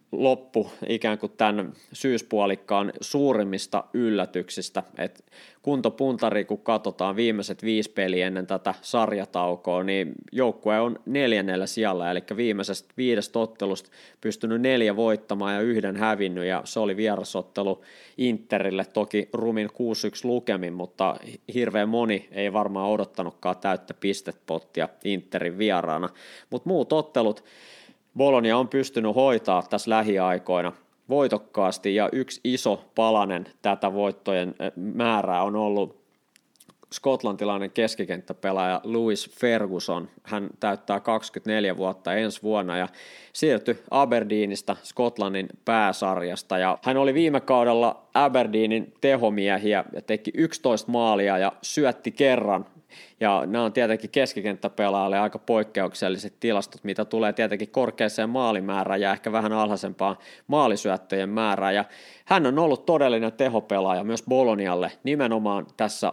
loppu ikään kuin tämän syyspuolikkaan suurimmista yllätyksistä, että kuntopuntari, kun katsotaan viimeiset viisi peliä ennen tätä sarjataukoa, niin joukkue on neljännellä sijalla, eli viimeisestä viidestä ottelusta pystynyt neljä voittamaan ja yhden hävinnyt, ja se oli vierasottelu Interille, toki rumin kuusi yksi lukemin, mutta hirveän moni ei varmaan odottanutkaan täyttä pistepottia Interin vieraana, mutta muut ottelut Bologna on pystynyt hoitaa tässä lähiaikoina voitokkaasti, ja yksi iso palanen tätä voittojen määrää on ollut skotlantilainen keskikenttäpelaaja Lewis Ferguson. Hän täyttää kaksikymmentäneljä vuotta ensi vuonna ja siirtyi Aberdeenistä, Skotlannin pääsarjasta. Ja hän oli viime kaudella Aberdeenin tehomiehiä ja teki yksitoista maalia ja syötti kerran. Ja nämä on tietenkin keskikenttäpelaajalle aika poikkeukselliset tilastot, mitä tulee tietenkin korkeaseen maalimäärään ja ehkä vähän alhaisempaan maalisyöttöjen määrään. Ja hän on ollut todellinen tehopelaaja myös Bolognalle nimenomaan tässä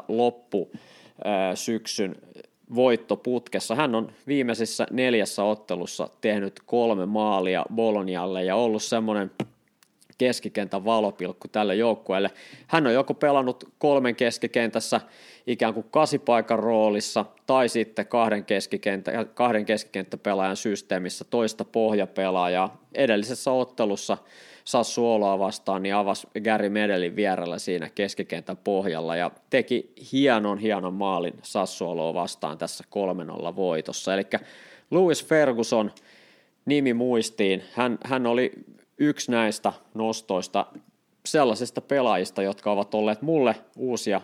loppusyksyn voittoputkessa. Hän on viimeisissä neljässä ottelussa tehnyt kolme maalia Bolognalle ja ollut semmoinen keskikentän valopilkku tälle joukkueelle. Hän on joko pelannut kolmen keskikentässä ikään kuin kasipaikan roolissa tai sitten kahden, keskikenttä, kahden keskikenttäpelaajan systeemissä toista pohjapelaajaa. Edellisessä ottelussa Sassuoloa vastaan niin avasi Gary Medellin vierellä siinä keskikentän pohjalla ja teki hienon hienon maalin Sassuoloa vastaan tässä kolme nolla voitossa. Eli Lewis Ferguson nimi muistiin, hän, hän oli yksi näistä nostoista sellaisista pelaajista, jotka ovat olleet mulle uusia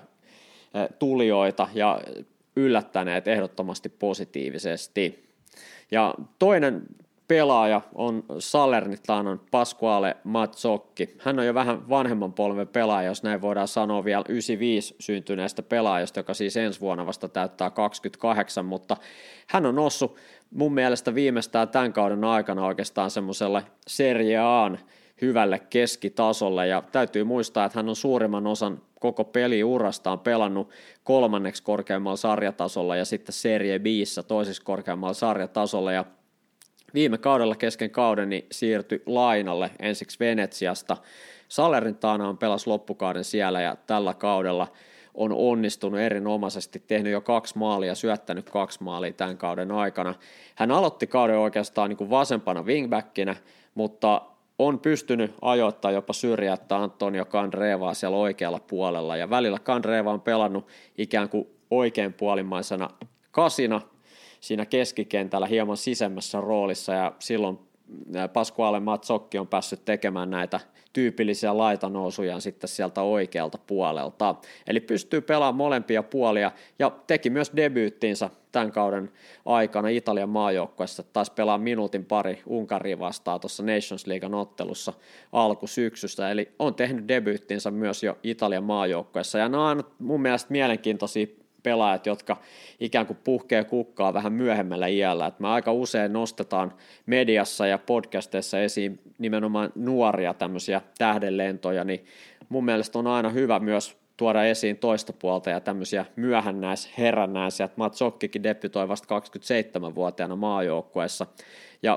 tulijoita ja yllättäneet ehdottomasti positiivisesti. Ja toinen pelaaja on Salernitanan Pasquale Mazzocchi. Hän on jo vähän vanhemman polven pelaaja, jos näin voidaan sanoa, vielä yhdeksänkymmentäviisi syntyneestä pelaajasta, joka siis ensi vuonna vasta täyttää kaksikymmentäkahdeksan, mutta hän on noussut mun mielestä viimeistään tämän kauden aikana oikeastaan semmoiselle Serie A:n hyvälle keskitasolle, ja täytyy muistaa, että hän on suurimman osan koko peliurastaan pelannut kolmanneksi korkeammalla sarjatasolla ja sitten Serie B:ssä toiseksi korkeammalla sarjatasolla, ja viime kaudella kesken kauden niin siirtyi lainalle ensiksi Venetsiasta. Salernitana pelasi loppukauden siellä ja tällä kaudella on onnistunut erinomaisesti, tehnyt jo kaksi maalia, syöttänyt kaksi maalia tämän kauden aikana. Hän aloitti kauden oikeastaan niin kuin vasempana wingbackinä, mutta on pystynyt ajoittaa jopa syrjäyttää Antonio Candrevaa siellä oikealla puolella, ja välillä Candreva on pelannut ikään kuin oikeanpuolimmaisena kasina siinä keskikentällä hieman sisemmässä roolissa, ja silloin Pasquale Mazzocchi on päässyt tekemään näitä tyypillisiä laitanousujaan sitten sieltä oikealta puolelta. Eli pystyy pelaamaan molempia puolia ja teki myös debyyttinsä tämän kauden aikana Italian maajoukkueessa. Taisi pelaa minuutin pari Unkaria vastaan tuossa Nations Leaguean ottelussa alkusyksystä. Eli on tehnyt debyyttinsä myös jo Italian maajoukkueessa. Ja nämä on mun mielestä mielenkiintoisia pelaajat, jotka ikään kuin puhkee kukkaa vähän myöhemmällä iällä. Et me aika usein nostetaan mediassa ja podcasteissa esiin nimenomaan nuoria tämmöisiä tähdenlentoja, niin mun mielestä on aina hyvä myös tuoda esiin toista puolta ja tämmöisiä myöhännäis, herännäisiä. Mazzocchikin debytoi vasta kaksikymmentäseitsemänvuotiaana maajoukkueessa, ja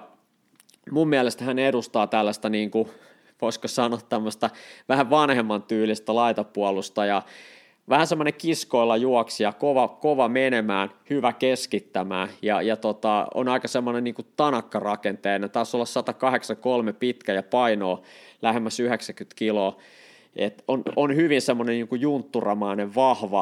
mun mielestä hän edustaa tällaista, niin kuin, voisiko sanoa tämmöistä vähän vanhemman tyylistä laitapuolustajaa, vähän semmoinen kiskoilla juoksija, kova, kova menemään, hyvä keskittämään ja, ja tota, on aika semmoinen niin kuin tanakkarakenteinen, taisi olla sata kahdeksankymmentäkolme pitkä ja painoa lähemmäs yhdeksänkymmentä kiloa, et on, on hyvin semmoinen niin kuin juntturamainen vahva,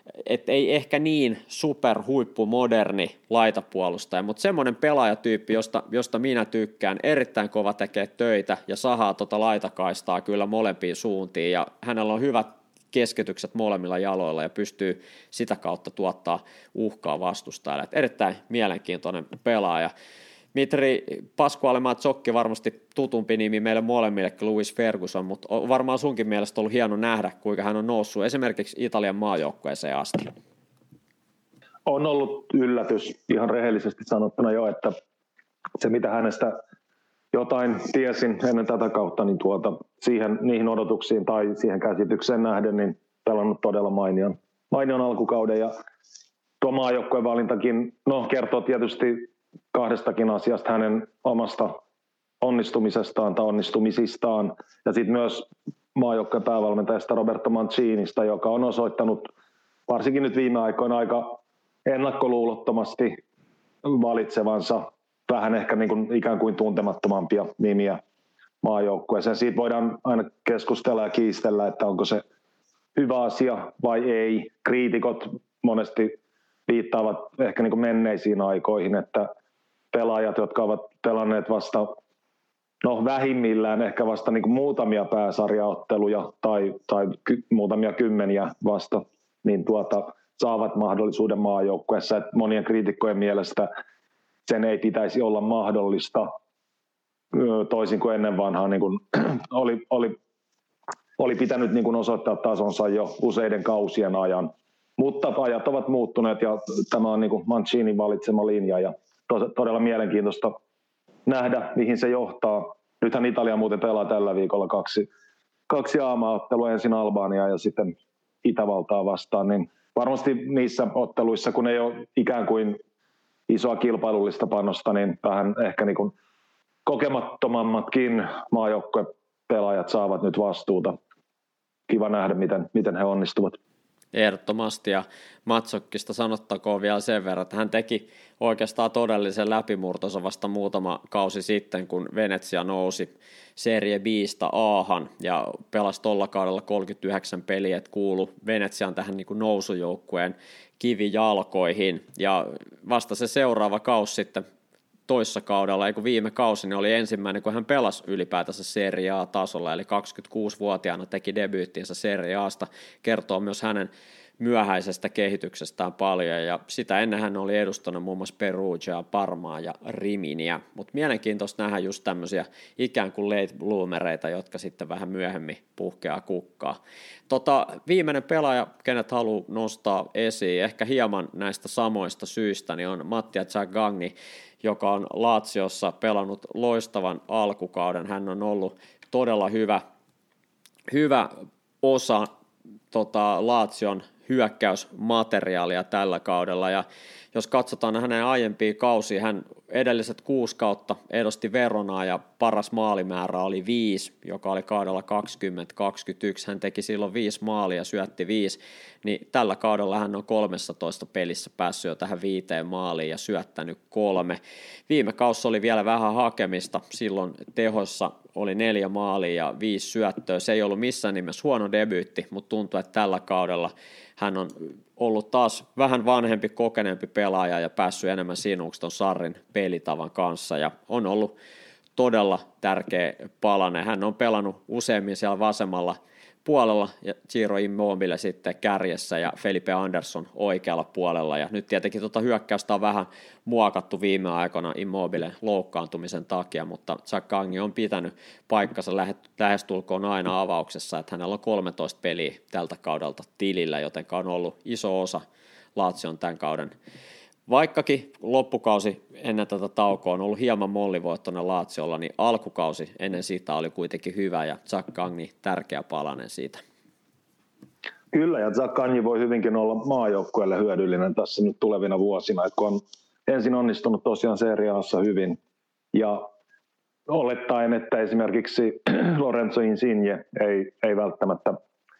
et ei ehkä niin superhuippumoderni laitapuolustaja, mutta semmoinen pelaajatyyppi, josta, josta minä tykkään, erittäin kova tekee töitä ja sahaa tota laitakaistaa kyllä molempiin suuntiin, ja hänellä on hyvät keskitykset molemmilla jaloilla ja pystyy sitä kautta tuottaa uhkaa vastustajalle. Erittäin mielenkiintoinen pelaaja. Mitri Pasquale Mazzocchi varmasti tutumpi nimi meille molemmille kuin Lewis Ferguson, mutta on varmaan sunkin mielestä ollut hieno nähdä, kuinka hän on noussut esimerkiksi Italian maajoukkueeseen asti. On ollut yllätys ihan rehellisesti sanottuna jo, että se mitä hänestä jotain tiesin ennen tätä kautta, niin tuota, siihen, niihin odotuksiin tai siihen käsitykseen nähden, niin pelannut todella mainion, mainion alkukauden. Ja tuo maajoukkueen valintakin no, kertoo tietysti kahdestakin asiasta, hänen omasta onnistumisestaan tai onnistumisistaan. Ja sitten myös maajoukkojen päävalmentajasta Roberto Mancinista, joka on osoittanut varsinkin nyt viime aikoina aika ennakkoluulottomasti valitsevansa vähän ehkä niin kuin ikään kuin tuntemattomampia nimiä maajoukkueeseen. Siitä voidaan aina keskustella ja kiistellä, että onko se hyvä asia vai ei. Kriitikot monesti viittaavat ehkä niin kuin menneisiin aikoihin, että pelaajat, jotka ovat pelanneet vasta no vähimmillään ehkä vasta niin kuin muutamia pääsarjaotteluja tai, tai ky, muutamia kymmeniä vasta, niin tuota, saavat mahdollisuuden maajoukkueessa. Et monien kriitikkojen mielestä sen ei pitäisi olla mahdollista, toisin kuin ennen vanhaa niin kuin oli, oli, oli pitänyt niin kuin osoittaa tasonsa jo useiden kausien ajan. Mutta ajat ovat muuttuneet ja tämä on niin kuin Mancinin valitsema linja ja to, todella mielenkiintoista nähdä, mihin se johtaa. Nythän Italia muuten pelaa tällä viikolla kaksi, kaksi aamaottelua, ensin Albaniaa ja sitten Itävaltaa vastaan, niin varmasti niissä otteluissa, kun ei ole ikään kuin isoa kilpailullista panosta, niin vähän ehkä niin kuin kokemattomammatkin maajoukkuepelaajat saavat nyt vastuuta. Kiva nähdä, miten, miten he onnistuvat. Ehdottomasti, ja Matsokkista sanottakoon vielä sen verran, että hän teki oikeastaan todellisen läpimurtonsa vasta muutama kausi sitten, kun Venetsia nousi Serie B:stä A:han ja pelasi tolla kaudella kolmekymmentäyhdeksän peliä, että kuului Venetsian tähän niin kuin nousujoukkueen kivijalkoihin, ja vasta se seuraava kausi sitten toissa kaudella, ei kun viime kausi, niin oli ensimmäinen, kun hän pelasi ylipäätänsä Serie A-tasolla, eli kaksikymmentäkuusivuotiaana teki debyyttinsä Serie A:sta, kertoo myös hänen myöhäisestä kehityksestään paljon, ja sitä ennen hän oli edustanut muun muassa Perugiaa, Parmaa ja Riminiä, mutta mielenkiintoista nähdä just tämmöisiä ikään kuin late bloomereita, jotka sitten vähän myöhemmin puhkeaa kukkaa. Tota, viimeinen pelaaja, kenet haluaa nostaa esiin, ehkä hieman näistä samoista syistä, niin on Mattia Zaganni, joka on Laziossa pelannut loistavan alkukauden. Hän on ollut todella hyvä, hyvä osa tota, Lazion hyökkäysmateriaalia tällä kaudella, ja jos katsotaan hänen aiempia kausia, hän edelliset kuusi kautta edusti Veronaa ja paras maalimäärä oli viisi, joka oli kaudella kaksikymmentä kaksikymmentäyksi, hän teki silloin viisi maalia ja syötti viisi, niin tällä kaudella hän on kolmetoista pelissä päässyt jo tähän viiteen maaliin ja syöttänyt kolme. Viime kausi oli vielä vähän hakemista, silloin tehossa oli neljä maalia ja viisi syöttöä, se ei ollut missään nimessä huono debyytti, mutta tuntuu, että tällä kaudella hän on ollut taas vähän vanhempi, kokeneempi pelaaja ja päässyt enemmän sinuksi ton Sarrin pelitavan kanssa ja on ollut todella tärkeä palanen. Hän on pelannut useammin siellä vasemmalla puolella ja Ciro Immobile sitten kärjessä ja Felipe Anderson oikealla puolella, ja nyt tietenkin tuota hyökkäystä on vähän muokattu viime aikoina Immobile loukkaantumisen takia, mutta Zaccagni on pitänyt paikkansa lähestulkoon aina avauksessa, että hänellä on kolmetoista peliä tältä kaudelta tilillä, joten on ollut iso osa Lazion tämän kauden. Vaikkakin loppukausi ennen tätä taukoa on ollut hieman mollivoittoinen Laziolla, niin alkukausi ennen sitä oli kuitenkin hyvä ja Zaccagni tärkeä palanen siitä. Kyllä, ja Zaccagni voi hyvinkin olla maajoukkueelle hyödyllinen tässä nyt tulevina vuosina, että kun on ensin onnistunut tosiaan Serie A:ssa hyvin ja olettaen, että esimerkiksi Lorenzo Insigne ei, ei välttämättä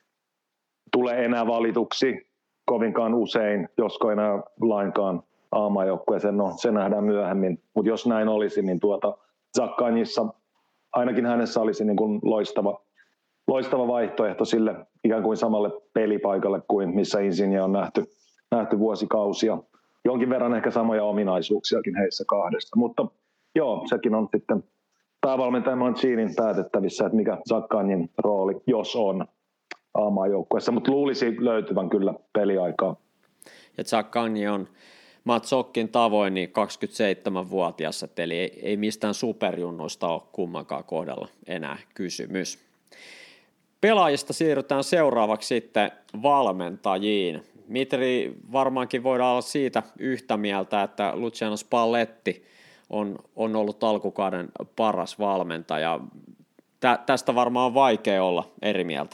tule enää valituksi kovinkaan usein, josko enää lainkaan A-maajoukkueeseen, no se nähdään myöhemmin, mutta jos näin olisi, niin tuota Zaccagnissa, ainakin hänessä olisi niin kuin loistava, loistava vaihtoehto sille ikään kuin samalle pelipaikalle kuin missä Insigne on nähty, nähty vuosikausia. Jonkin verran ehkä samoja ominaisuuksiakin heissä kahdesta, mutta joo, sekin on sitten päävalmentaja Mancinin päätettävissä, että mikä Zaccagnin rooli, jos on A-maajoukkueessa, mutta luulisi löytyvän kyllä peliaikaa. Ja Zaccagni on Matsokkin tavoin niin kaksikymmentäseitsemänvuotias, eli ei, ei mistään superjunnoista ole kummankaan kohdalla enää kysymys. Pelaajista siirrytään seuraavaksi sitten valmentajiin. Mitri, varmaankin voidaan olla siitä yhtä mieltä, että Luciano Spalletti on, on ollut alkukauden paras valmentaja. Tä, tästä varmaan on vaikea olla eri mieltä.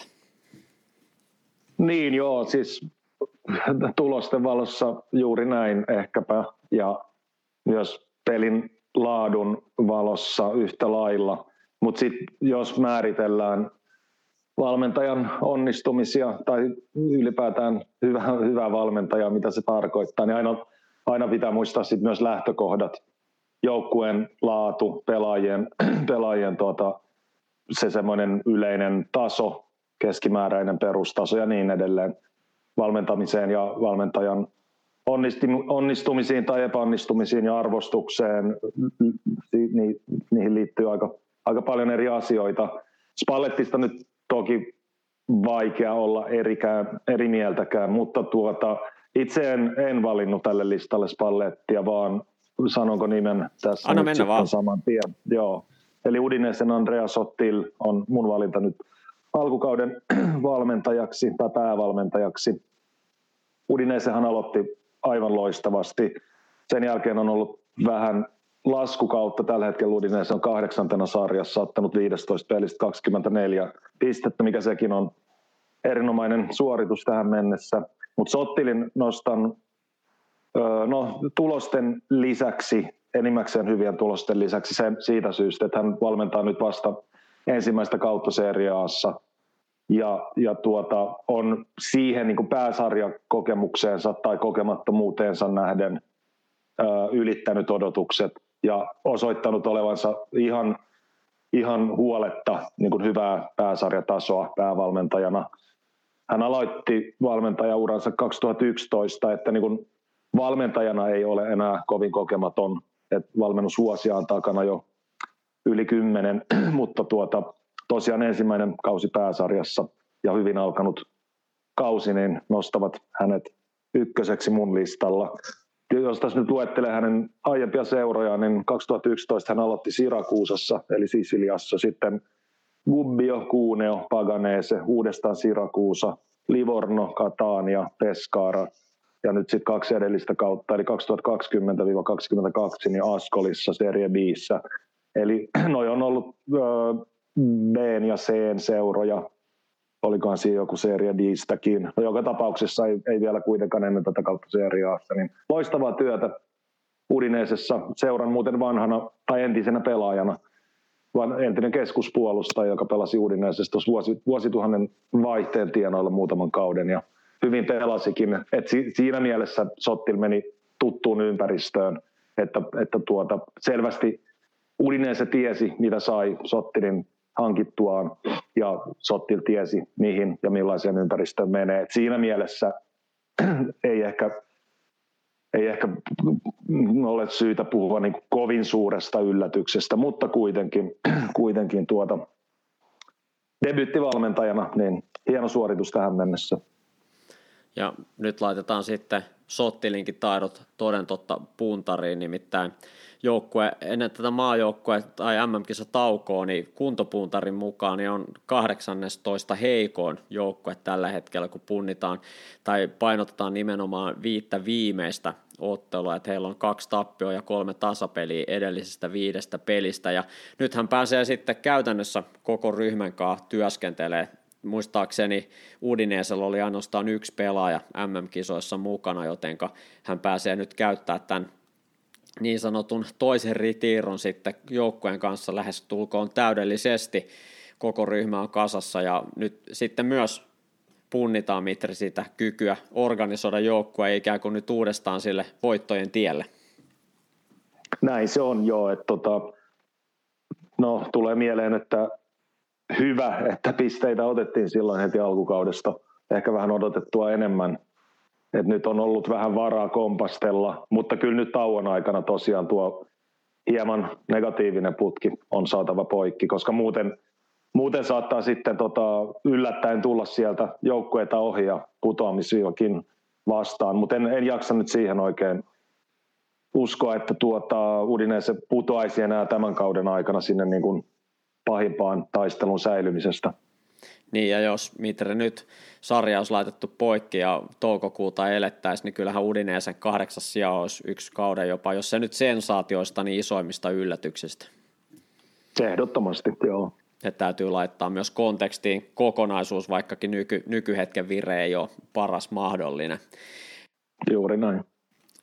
Niin joo, siis tulosten valossa juuri näin ehkäpä, ja myös pelin laadun valossa yhtä lailla, mutta sitten jos määritellään valmentajan onnistumisia tai ylipäätään hyvä, hyvä valmentaja, mitä se tarkoittaa, niin aina, aina pitää muistaa sit myös lähtökohdat, joukkueen laatu, pelaajien, pelaajien tuota, se semmoinen yleinen taso, keskimääräinen perustaso ja niin edelleen valmentamiseen ja valmentajan onnistumisiin tai epäonnistumisiin ja arvostukseen. Ni, niihin liittyy aika, aika paljon eri asioita. Spallettista nyt toki vaikea olla erikään, eri mieltäkään, mutta tuota, itse en, en valinnut tälle listalle Spallettia, vaan sanonko nimen tässä Anna nyt mennä vaan. Saman tien. Joo. Eli Udinesen Andrea Sottil on mun valinta nyt alkukauden valmentajaksi tai päävalmentajaksi. Udinesehan aloitti aivan loistavasti. Sen jälkeen on ollut vähän laskukautta. Tällä hetkellä Udinese on kahdeksantena sarjassa, ottanut viisitoista pelistä kaksikymmentäneljä pistettä, mikä sekin on erinomainen suoritus tähän mennessä. Mutta Sottilin nostan no, tulosten lisäksi, enimmäkseen hyvien tulosten lisäksi sen, siitä syystä, että hän valmentaa nyt vasta ensimmäistä kautta Serie A:ssa. Ja, ja tuota, on siihen niin kuin pääsarjakokemukseensa tai kokemattomuuteensa nähden ö, ylittänyt odotukset ja osoittanut olevansa ihan, ihan huoletta niin kuin hyvää pääsarjatasoa päävalmentajana. Hän aloitti valmentajauransa kaksituhattayksitoista, että niin kuin valmentajana ei ole enää kovin kokematon, että valmennusvuosia on takana jo yli kymmenen, mutta tuota, tosiaan ensimmäinen kausi pääsarjassa ja hyvin alkanut kausi, niin nostavat hänet ykköseksi mun listalla. Jos tässä nyt luettelee hänen aiempia seurojaan, niin kaksituhattayksitoista hän aloitti Sirakuusassa, eli Sisiliassa, sitten Gubbio, Cuneo, Paganese, uudestaan Sirakuusa, Livorno, Catania, Pescara ja nyt sitten kaksi edellistä kautta, eli kaksituhattakaksikymmentä kaksikymmentäkaksi niin Ascolissa Serie B:ssä. Eli noi on ollut B:n ja C:n seuroja, olikohan siinä joku Serie D:stäkin. No, joka tapauksessa ei, ei vielä kuitenkaan ennen tätä kautta Serie A:ssa. Niin loistavaa työtä Udinesessa. Seuran muuten vanhana tai entisenä pelaajana. Entinen keskuspuolustaja, joka pelasi Udinesessa tuossa vuosi, vuosituhannen vaihteen tienoilla muutaman kauden. Ja hyvin pelasikin. Et si, siinä mielessä Sottil meni tuttuun ympäristöön, että, että tuota, selvästi Udinese tiesi, mitä sai Sottilin hankittuaan, ja Sottil tiesi, mihin ja millaiseen ympäristöön menee. Et siinä mielessä ei ehkä, ei ehkä ole syytä puhua niin kuin kovin suuresta yllätyksestä, mutta kuitenkin, kuitenkin tuota, debyyttivalmentajana niin hieno suoritus tähän mennessä. Ja nyt laitetaan sitten Sottilinkin taidot toden totta puntariin, nimittäin joukkue, ennen tätä maajoukkue tai M M-kisataukoa, niin kuntopuntarin mukaan niin on kahdeksantoista heikoin joukkue tällä hetkellä, kun punnitaan tai painotetaan nimenomaan viittä viimeistä ottelua, että heillä on kaksi tappioa ja kolme tasapeliä edellisestä viidestä pelistä, ja nyt hän pääsee sitten käytännössä koko ryhmän kanssa työskentelemään. Muistaakseni Udinesella oli ainoastaan yksi pelaaja M M-kisoissa mukana, jotenka hän pääsee nyt käyttämään tämän niin sanotun toisen ritiiron sitten joukkueen kanssa lähes tulkoon täydellisesti. Koko ryhmä on kasassa ja nyt sitten myös punnitaan Mitri sitä kykyä organisoida joukkue ikään kuin nyt uudestaan sille voittojen tielle. Näin se on joo, että tota, no tulee mieleen, että hyvä, että pisteitä otettiin silloin heti alkukaudesta, ehkä vähän odotettua enemmän. Et nyt on ollut vähän varaa kompastella, mutta kyllä nyt tauon aikana tosiaan tuo hieman negatiivinen putki on saatava poikki, koska muuten, muuten saattaa sitten tota yllättäen tulla sieltä joukkueita ohi ja putoamisviivakin vastaan, mutta en, en jaksa nyt siihen oikein uskoa, että tuota, Udinese putoaisi enää tämän kauden aikana sinne niin kuin pahimpaan taistelun säilymisestä. Niin, ja jos Mitre nyt sarja olisi laitettu poikki ja toukokuuta elettäisiin, niin kyllähän Udinesen kahdeksas sija olisi yksi kauden jopa, jos se nyt sensaatioista, niin isoimmista yllätyksistä. Ehdottomasti, joo. Että täytyy laittaa myös kontekstiin kokonaisuus, vaikkakin nyky, nykyhetken vire ei ole paras mahdollinen. Juuri näin.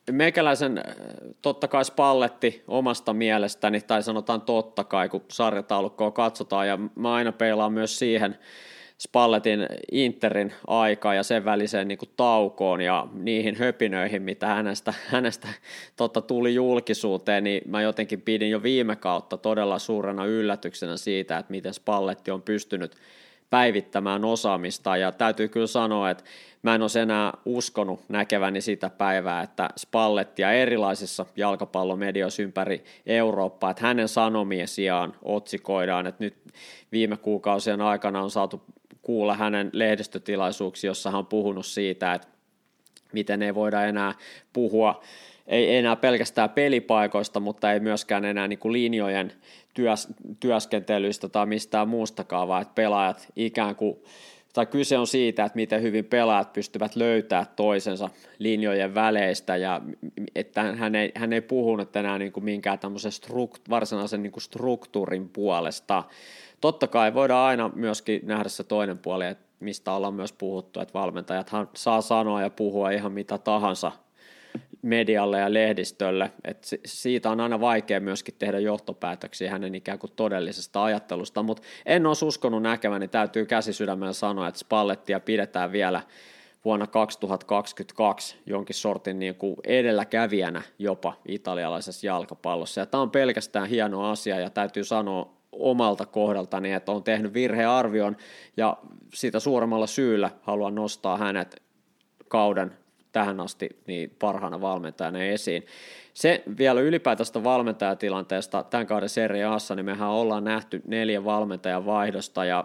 meikäläisen totta kai Spalletti omasta mielestäni, tai sanotaan totta kai, kun sarjataulukkoa katsotaan, ja mä aina peilaan myös siihen Spalletin Interin aikaa ja sen väliseen niin kuin taukoon ja niihin höpinöihin, mitä hänestä, hänestä totta tuli julkisuuteen, niin mä jotenkin pidin jo viime kautta todella suurena yllätyksenä siitä, että miten Spalletti on pystynyt päivittämään osaamista, ja täytyy kyllä sanoa, että mä en olisi enää uskonut näkeväni sitä päivää, että Spallettia erilaisissa jalkapallomedioissa ympäri Eurooppaa, että hänen sanomien sijaan otsikoidaan, että nyt viime kuukausien aikana on saatu kuulla hänen lehdistötilaisuuksia, jossa hän on puhunut siitä, että miten ei voida enää puhua, ei enää pelkästään pelipaikoista, mutta ei myöskään enää niin kuin linjojen työs, työskentelyistä tai mistään muustakaan, vaan että pelaajat ikään kuin, tai kyse on siitä, että miten hyvin pelaajat pystyvät löytämään toisensa linjojen väleistä, ja että hän ei, hän ei puhunut enää niin kuin minkään tämmöisen strukt, varsinaisen niin kuin struktuurin puolesta. Totta kai voidaan aina myöskin nähdä se toinen puoli, että mistä ollaan myös puhuttu, että valmentajathan saa sanoa ja puhua ihan mitä tahansa medialle ja lehdistölle, että siitä on aina vaikea myöskin tehdä johtopäätöksiä hänen ikään kuin todellisesta ajattelusta, mutta en olisi uskonut näkeväni, niin täytyy käsisydämellä sanoa, että Spallettia pidetään vielä vuonna kaksituhattakaksikymmentäkaksi jonkin sortin niin kuin edelläkävijänä jopa italialaisessa jalkapallossa, ja tämä on pelkästään hieno asia, ja täytyy sanoa omalta kohdaltani, että on tehnyt virhearvion, ja siitä suuremmalla syyllä haluan nostaa hänet kauden tähän asti niin parhaana valmentajana esiin. Se vielä ylipäätästä valmentajatilanteesta tämän kauden Serie A:ssa, niin mehän ollaan nähty neljä valmentajan vaihdosta, ja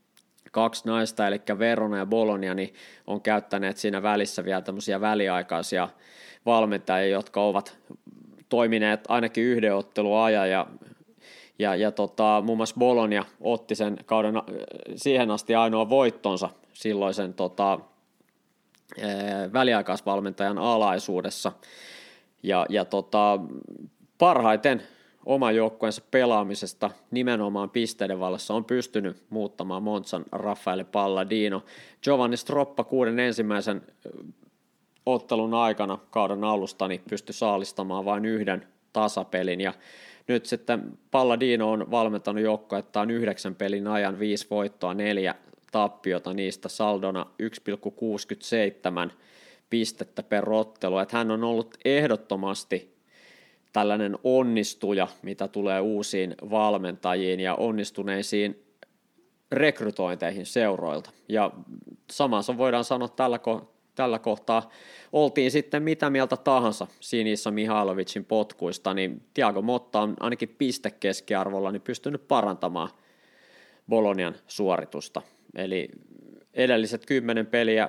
kaksi naista, eli Verona ja Bologna, niin on käyttäneet siinä välissä vielä tämmöisiä väliaikaisia valmentajia, jotka ovat toimineet ainakin yhden ottelun ajan, ja Ja, ja tota, muun muassa Bologna otti sen kauden siihen asti ainoa voittonsa silloisen tota, väliaikaisvalmentajan alaisuudessa. Ja, ja tota, parhaiten oman joukkueensa pelaamisesta nimenomaan pisteiden vallassa on pystynyt muuttamaan Monzan Raffaele Palladino. Giovanni Stroppa kuuden ensimmäisen ottelun aikana kauden alusta niin pystyi saalistamaan vain yhden tasapelin, ja nyt sitten Palladino on valmentanut joukkuettaan yhdeksän pelin ajan, viisi voittoa, neljä tappiota, niistä saldona yksi pilkku kuusikymmentäseitsemän pistettä per ottelu. Että hän on ollut ehdottomasti tällainen onnistuja, mitä tulee uusiin valmentajiin ja onnistuneisiin rekrytointeihin seuroilta. Ja samansa voidaan sanoa tällä kohdalla. Tällä kohtaa oltiin sitten mitä mieltä tahansa Sinisa Mihailovicin potkuista, niin Thiago Motta on ainakin pistekeskiarvolla niin pystynyt parantamaan Bolognan suoritusta. Eli edelliset kymmenen peliä,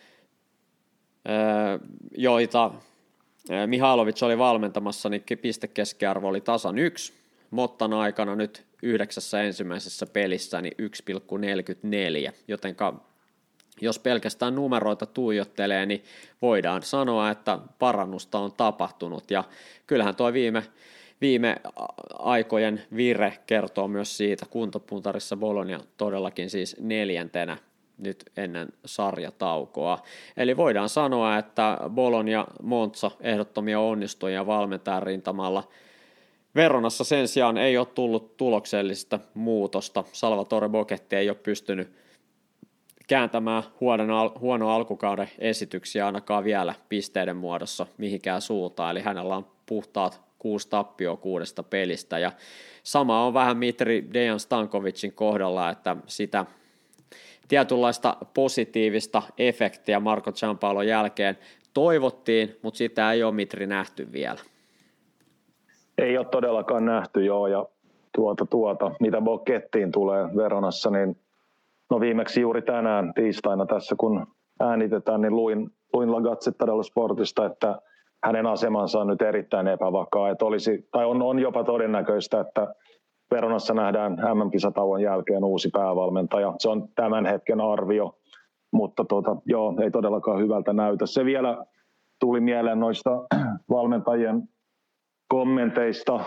joita Mihailovic oli valmentamassa, niin pistekeskiarvo oli tasan yksi. Mottan aikana nyt yhdeksässä ensimmäisessä pelissä niin yksi pilkku neljäkymmentäneljä, jotenka jos pelkästään numeroita tuijottelee, niin voidaan sanoa, että parannusta on tapahtunut, ja kyllähän tuo viime, viime aikojen vire kertoo myös siitä, kuntopuntarissa Bologna todellakin siis neljäntenä nyt ennen sarjataukoa. Eli voidaan sanoa, että Bologna Monza ehdottomia onnistujia valmentajan rintamalla. Veronassa sen sijaan ei ole tullut tuloksellista muutosta. Salvatore Bocchetti ei ole pystynyt kääntämään huono, huono alkukauden esityksiä ainakaan vielä pisteiden muodossa mihinkään suuntaan, eli hänellä on puhtaat kuusi tappioa kuudesta pelistä, ja sama on vähän Mitri Dejan Stankovicin kohdalla, että sitä tietynlaista positiivista efektiä Marco Giampaolon jälkeen toivottiin, mutta sitä ei ole Mitri nähty vielä. Ei ole todellakaan nähty, joo, ja tuota, tuota, mitä Bocchettiin tulee Veronassa, niin no viimeksi juuri tänään tiistaina tässä, kun äänitetään, niin luin, luin La Gazzetta dello Sportista, että hänen asemansa on nyt erittäin epävakaa. Että olisi, tai on, on jopa todennäköistä, että Veronassa nähdään M M-kisatauon jälkeen uusi päävalmentaja. Se on tämän hetken arvio, mutta tuota, joo, ei todellakaan hyvältä näytä. Se vielä tuli mieleen noista valmentajien kommenteista,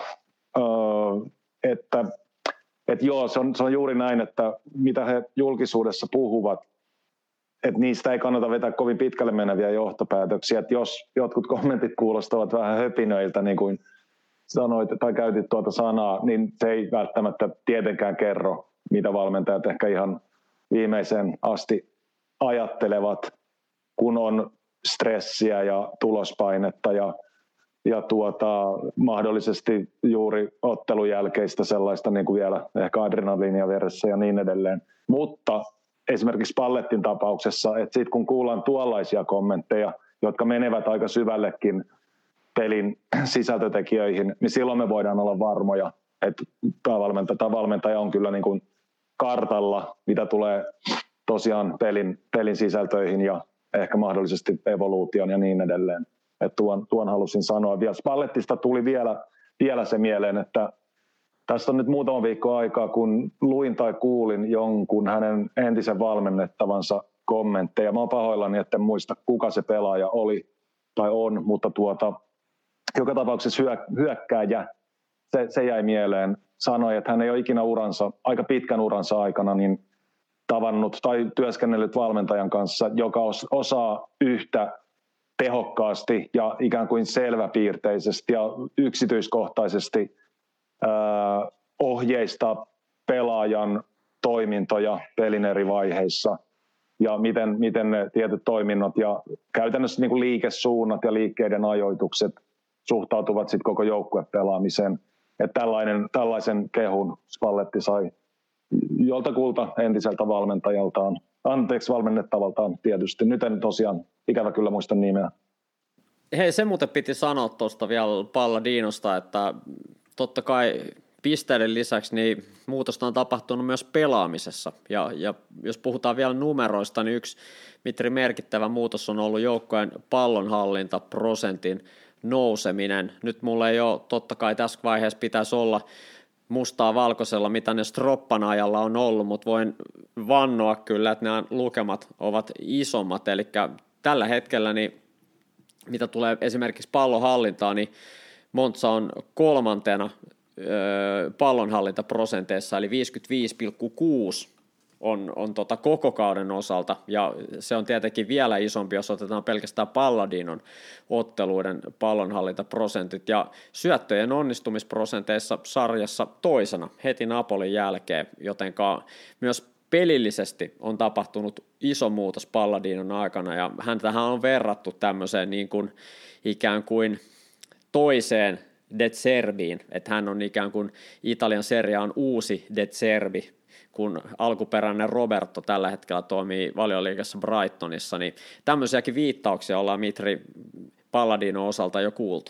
että Et joo, se on, se on juuri näin, että mitä he julkisuudessa puhuvat, että niistä ei kannata vetää kovin pitkälle meneviä johtopäätöksiä. Että jos jotkut kommentit kuulostavat vähän höpinöiltä, niin kuin sanoit tai käytit tuota sanaa, niin se ei välttämättä tietenkään kerro, mitä valmentajat ehkä ihan viimeiseen asti ajattelevat, kun on stressiä ja tulospainetta ja, ja tuota, mahdollisesti juuri ottelun jälkeistä sellaista niin kuin vielä ehkä adrenaliinia veressä ja niin edelleen. Mutta esimerkiksi Pallettin tapauksessa, että sit kun kuullaan tuollaisia kommentteja, jotka menevät aika syvällekin pelin sisältötekijöihin, niin silloin me voidaan olla varmoja, että tämä valmentaja, tämä valmentaja on kyllä niin kuin kartalla, mitä tulee tosiaan pelin, pelin sisältöihin ja ehkä mahdollisesti evoluution ja niin edelleen. Että tuon, tuon halusin sanoa. Vielä Spallettista tuli vielä, vielä se mieleen, että tästä on nyt muutama viikko aikaa, kun luin tai kuulin jonkun hänen entisen valmennettavansa kommentteja. Mä oon pahoillani, etten muista kuka se pelaaja oli tai on, mutta tuota, joka tapauksessa hyökkääjä, se, se jäi mieleen, sanoi, että hän ei ole ikinä uransa, aika pitkän uransa aikana niin tavannut tai työskennellyt valmentajan kanssa, joka osaa yhtä tehokkaasti ja ikään kuin selväpiirteisesti ja yksityiskohtaisesti äh, ohjeistaa pelaajan toimintoja pelin eri vaiheissa ja miten, miten ne tietyt toiminnot ja käytännössä niin kuin liikesuunnat ja liikkeiden ajoitukset suhtautuvat sitten koko joukkuepelaamiseen. Että tällainen, tällaisen kehun Spalletti sai joltakulta entiseltä valmentajaltaan, anteeksi valmennettavaltaan tietysti. Nyt en tosiaan ikävä kyllä muista nimeä. Hei, se muuten piti sanoa tuosta vielä Palladinosta, että totta kai pisteiden lisäksi niin muutosta on tapahtunut myös pelaamisessa. Ja, ja jos puhutaan vielä numeroista, niin yksi mitri merkittävä muutos on ollut joukkojen pallonhallintaprosentin nouseminen. Nyt mulla ei ole, totta kai tässä vaiheessa pitäisi olla mustaa valkoisella, mitä ne Stroppan ajalla on ollut, mutta voin vannoa kyllä, että nämä lukemat ovat isommat, eli tällä hetkellä, niin, mitä tulee esimerkiksi pallonhallintaan, niin Monza on kolmantena öö, pallonhallintaprosenteissa, eli viisikymmentäviisi pilkku kuusi on, on tota koko kauden osalta, ja se on tietenkin vielä isompi, jos otetaan pelkästään Palladinon otteluiden pallonhallintaprosentit, ja syöttöjen onnistumisprosenteissa sarjassa toisena heti Napolin jälkeen, jotenka myös pelillisesti on tapahtunut iso muutos Palladinon aikana, ja häntähän on verrattu tämmöiseen niin kuin ikään kuin toiseen De Zerbiin, että hän on ikään kuin Italian Serie A:n uusi De Zerbi, kun alkuperäinen Roberto tällä hetkellä toimii Valioliigassa Brightonissa, niin tämmöisiäkin viittauksia ollaan Mitri Palladino osalta jo kuultu.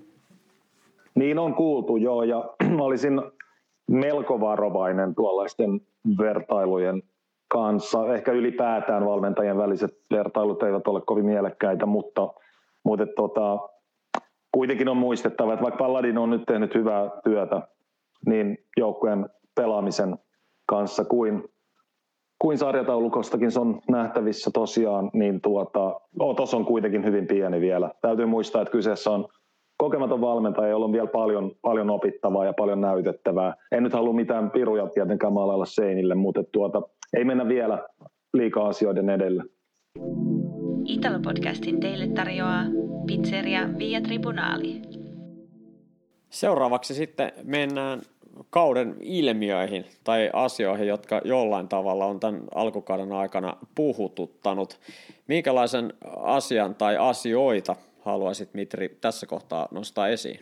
Niin on kuultu, joo, ja olisin melko varovainen tuollaisten vertailujen kanssa. Ehkä ylipäätään valmentajien väliset vertailut eivät ole kovin mielekkäitä, mutta, mutta tota, kuitenkin on muistettava, että vaikka Palladino on nyt tehnyt hyvää työtä, niin joukkueen pelaamisen kanssa kuin, kuin sarjataulukostakin se on nähtävissä tosiaan, niin tuota, otos on kuitenkin hyvin pieni vielä. Täytyy muistaa, että kyseessä on kokematon valmentaja, jolla on vielä paljon, paljon opittavaa ja paljon näytettävää. En nyt halua mitään piruja tietenkään maalailla seinille, mutta tuota, ei mennä vielä liikaa asioiden edelle. Italo-podcastin teille tarjoaa Pizzeria Via Tribunali. Seuraavaksi sitten mennään kauden ilmiöihin tai asioihin, jotka jollain tavalla on tämän alkukauden aikana puhututtanut. Minkälaisen asian tai asioita haluaisit, Mitri, tässä kohtaa nostaa esiin?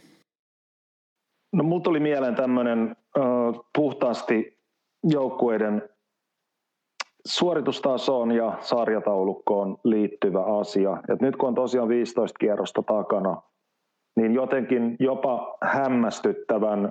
No, mulla tuli mieleen tämmöinen uh, puhtaasti joukkueiden suoritustasoon ja sarjataulukkoon liittyvä asia. Et nyt kun on tosiaan viisitoista kierrosta takana, niin jotenkin jopa hämmästyttävän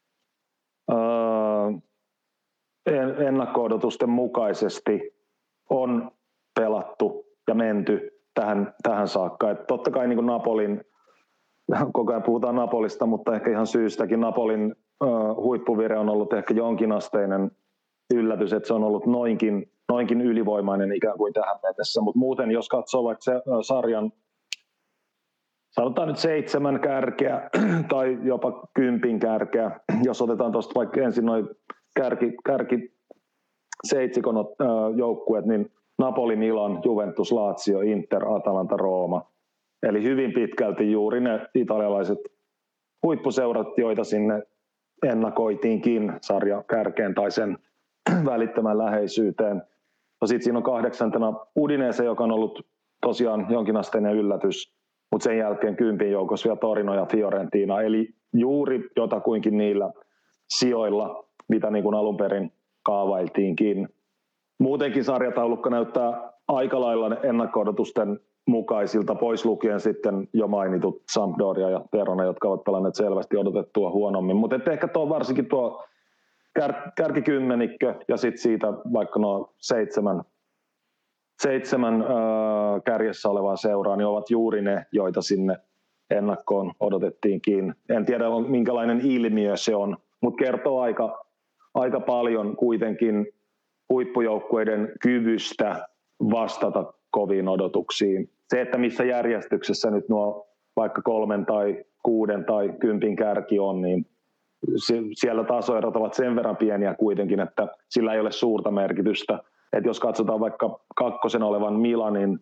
uh, ennakko-odotusten mukaisesti on pelattu ja menty tähän, tähän saakka. Et totta kai niin kuin Napolin, koko ajan puhutaan Napolista, mutta ehkä ihan syystäkin Napolin uh, huippuvire on ollut ehkä jonkinasteinen yllätys, että se on ollut noinkin, noinkin ylivoimainen ikään kuin tähän mennessä. Mutta muuten, jos katsoo vaikka se, uh, sarjan, sanotaan nyt seitsemän kärkeä tai jopa kympin kärkeä, jos otetaan tuosta vaikka ensin noin kärki, kärki seitsikon uh, joukkueet, niin Napoli, Milan, Juventus, Lazio, Inter, Atalanta, Rooma. Eli hyvin pitkälti juuri ne italialaiset huippuseurat, joita sinne ennakoitiinkin sarja kärkeen tai sen välittömän läheisyyteen. No sitten siinä on kahdeksantena Udinese, joka on ollut tosiaan jonkinasteinen yllätys, mutta sen jälkeen kympin joukossa vielä Torino ja Fiorentina, eli juuri jotakuinkin niillä sijoilla, mitä niin kuin alun perin kaavailtiinkin. Muutenkin sarjataulukko näyttää aika lailla ennakko-odotusten mukaisilta, pois lukien sitten jo mainitut Sampdoria ja Verona, jotka ovat pelanneet selvästi odotettua huonommin. Mutta ehkä tuo varsinkin tuo kär, kärkikymmenikkö ja sitten siitä vaikka nuo seitsemän, seitsemän öö, kärjessä olevaa seuraa, niin ovat juuri ne, joita sinne ennakkoon odotettiinkin. En tiedä, minkälainen ilmiö se on, mutta kertoo aika, aika paljon kuitenkin huippujoukkueiden kyvystä vastata koviin odotuksiin. Se, että missä järjestyksessä nyt nuo vaikka kolmen tai kuuden tai kympin kärki on, niin siellä tasoerot ovat sen verran pieniä kuitenkin, että sillä ei ole suurta merkitystä. Et jos katsotaan vaikka kakkosen olevan Milanin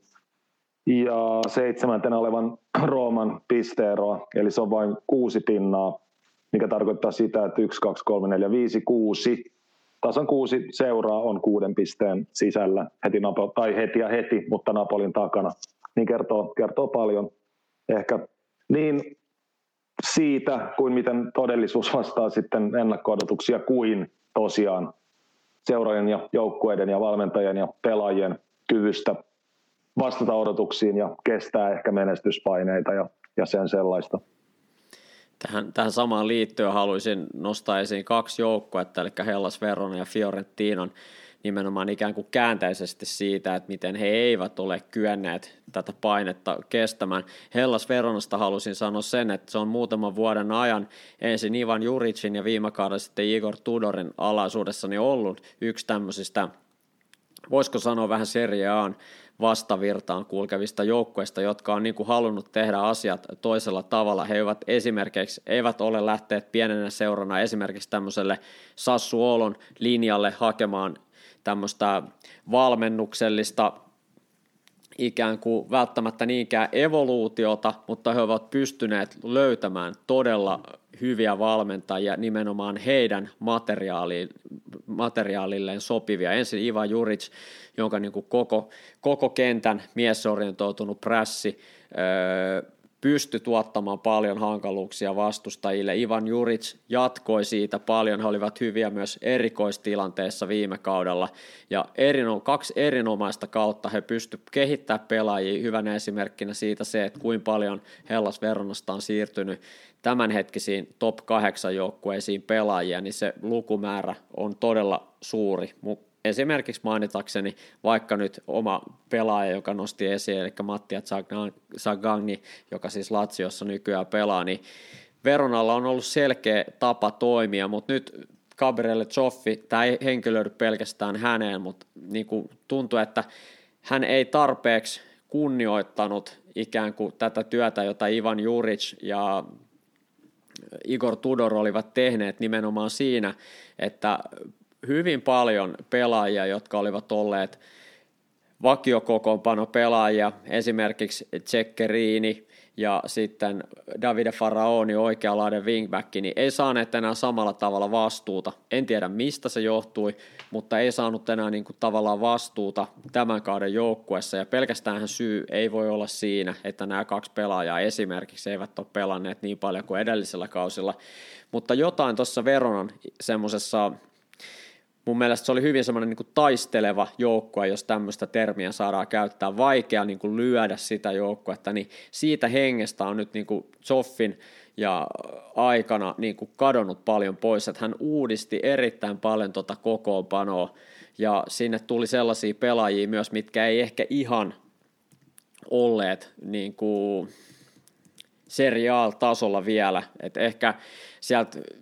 ja seitsemäntenä olevan Rooman pisteeroa, eli se on vain kuusi pinnaa, mikä tarkoittaa sitä, että yksi, kaksi, kolme, neljä, viisi, kuusi, tasan kuusi seuraa on kuuden pisteen sisällä, heti, Napo- tai heti ja heti, mutta Napolin takana, niin kertoo, kertoo paljon ehkä niin siitä, kuin miten todellisuus vastaa sitten ennakko-odotuksia, kuin tosiaan seurojen ja joukkueiden ja valmentajien ja pelaajien kyvystä vastata odotuksiin ja kestää ehkä menestyspaineita ja, ja sen sellaista. Tähän, tähän samaan liittyen haluaisin nostaa esiin kaksi joukkuetta, eli Hellas Verona ja Fiorentinan nimenomaan ikään kuin käänteisesti siitä, että miten he eivät ole kyenneet tätä painetta kestämään. Hellas Veronasta halusin sanoa sen, että se on muutaman vuoden ajan ensin Ivan Juricin ja viime kaudella sitten Igor Tudorin alaisuudessani ollut yksi tämmöisistä, voisiko sanoa vähän Serie A:n vastavirtaan kulkevista joukkueista, jotka on niin kuin halunnut tehdä asiat toisella tavalla. He eivät esimerkiksi eivät ole lähteet pienenä seurana esimerkiksi tämmöiselle Sassuolon linjalle hakemaan tämmöistä valmennuksellista ikään kuin välttämättä niinkään evoluutiota, mutta he ovat pystyneet löytämään todella hyviä valmentajia nimenomaan heidän materiaali, materiaalilleen sopivia. Ensin Ivan Juric, jonka niin kuin koko, koko kentän miesorientoitunut prässi öö, pystyi tuottamaan paljon hankaluuksia vastustajille. Ivan Juric jatkoi siitä paljon, he olivat hyviä myös erikoistilanteessa viime kaudella, ja erino, kaksi erinomaista kautta he pystyivät kehittämään pelaajia. Hyvänä esimerkkinä siitä se, että kuinka paljon Hellas Veronasta on siirtynyt tämänhetkisiin top kahdeksan joukkueisiin pelaajia, niin se lukumäärä on todella suuri. Esimerkiksi mainitakseni vaikka nyt oma pelaaja, joka nosti esiin, eli Mattia Zagnagni, joka siis Laziossa nykyään pelaa, niin Veronalla on ollut selkeä tapa toimia, mutta nyt Gabriele Zoffi, tämä ei henkilöidy pelkästään häneen, mutta niin kuin tuntuu, että hän ei tarpeeksi kunnioittanut ikään kuin tätä työtä, jota Ivan Juric ja Igor Tudor olivat tehneet nimenomaan siinä, että hyvin paljon pelaajia, jotka olivat olleet vakiokokoonpano pelaajia, esimerkiksi Ceccherini ja sitten Davide Faraoni, oikeanlainen wingback, niin ei saaneet enää samalla tavalla vastuuta. En tiedä mistä se johtui, mutta ei saanut enää niin kuin tavallaan vastuuta tämän kauden joukkueessa, ja pelkästään syy ei voi olla siinä, että nämä kaksi pelaajaa esimerkiksi eivät ole pelanneet niin paljon kuin edellisellä kausilla, mutta jotain tuossa Veronan semmoisessa, mun mielestä se oli hyvin semmoinen niin kuin taisteleva joukkue, jos tämmöistä termiä saadaan käyttää, vaikea niin kuin lyödä sitä joukkuetta, niin siitä hengestä on nyt niin kuin Zoffin ja aikana niin kuin kadonnut paljon pois, että hän uudisti erittäin paljon tuota kokoonpanoa, ja sinne tuli sellaisia pelaajia myös, mitkä ei ehkä ihan olleet niin kuin Serie A-tasolla vielä, että ehkä sieltä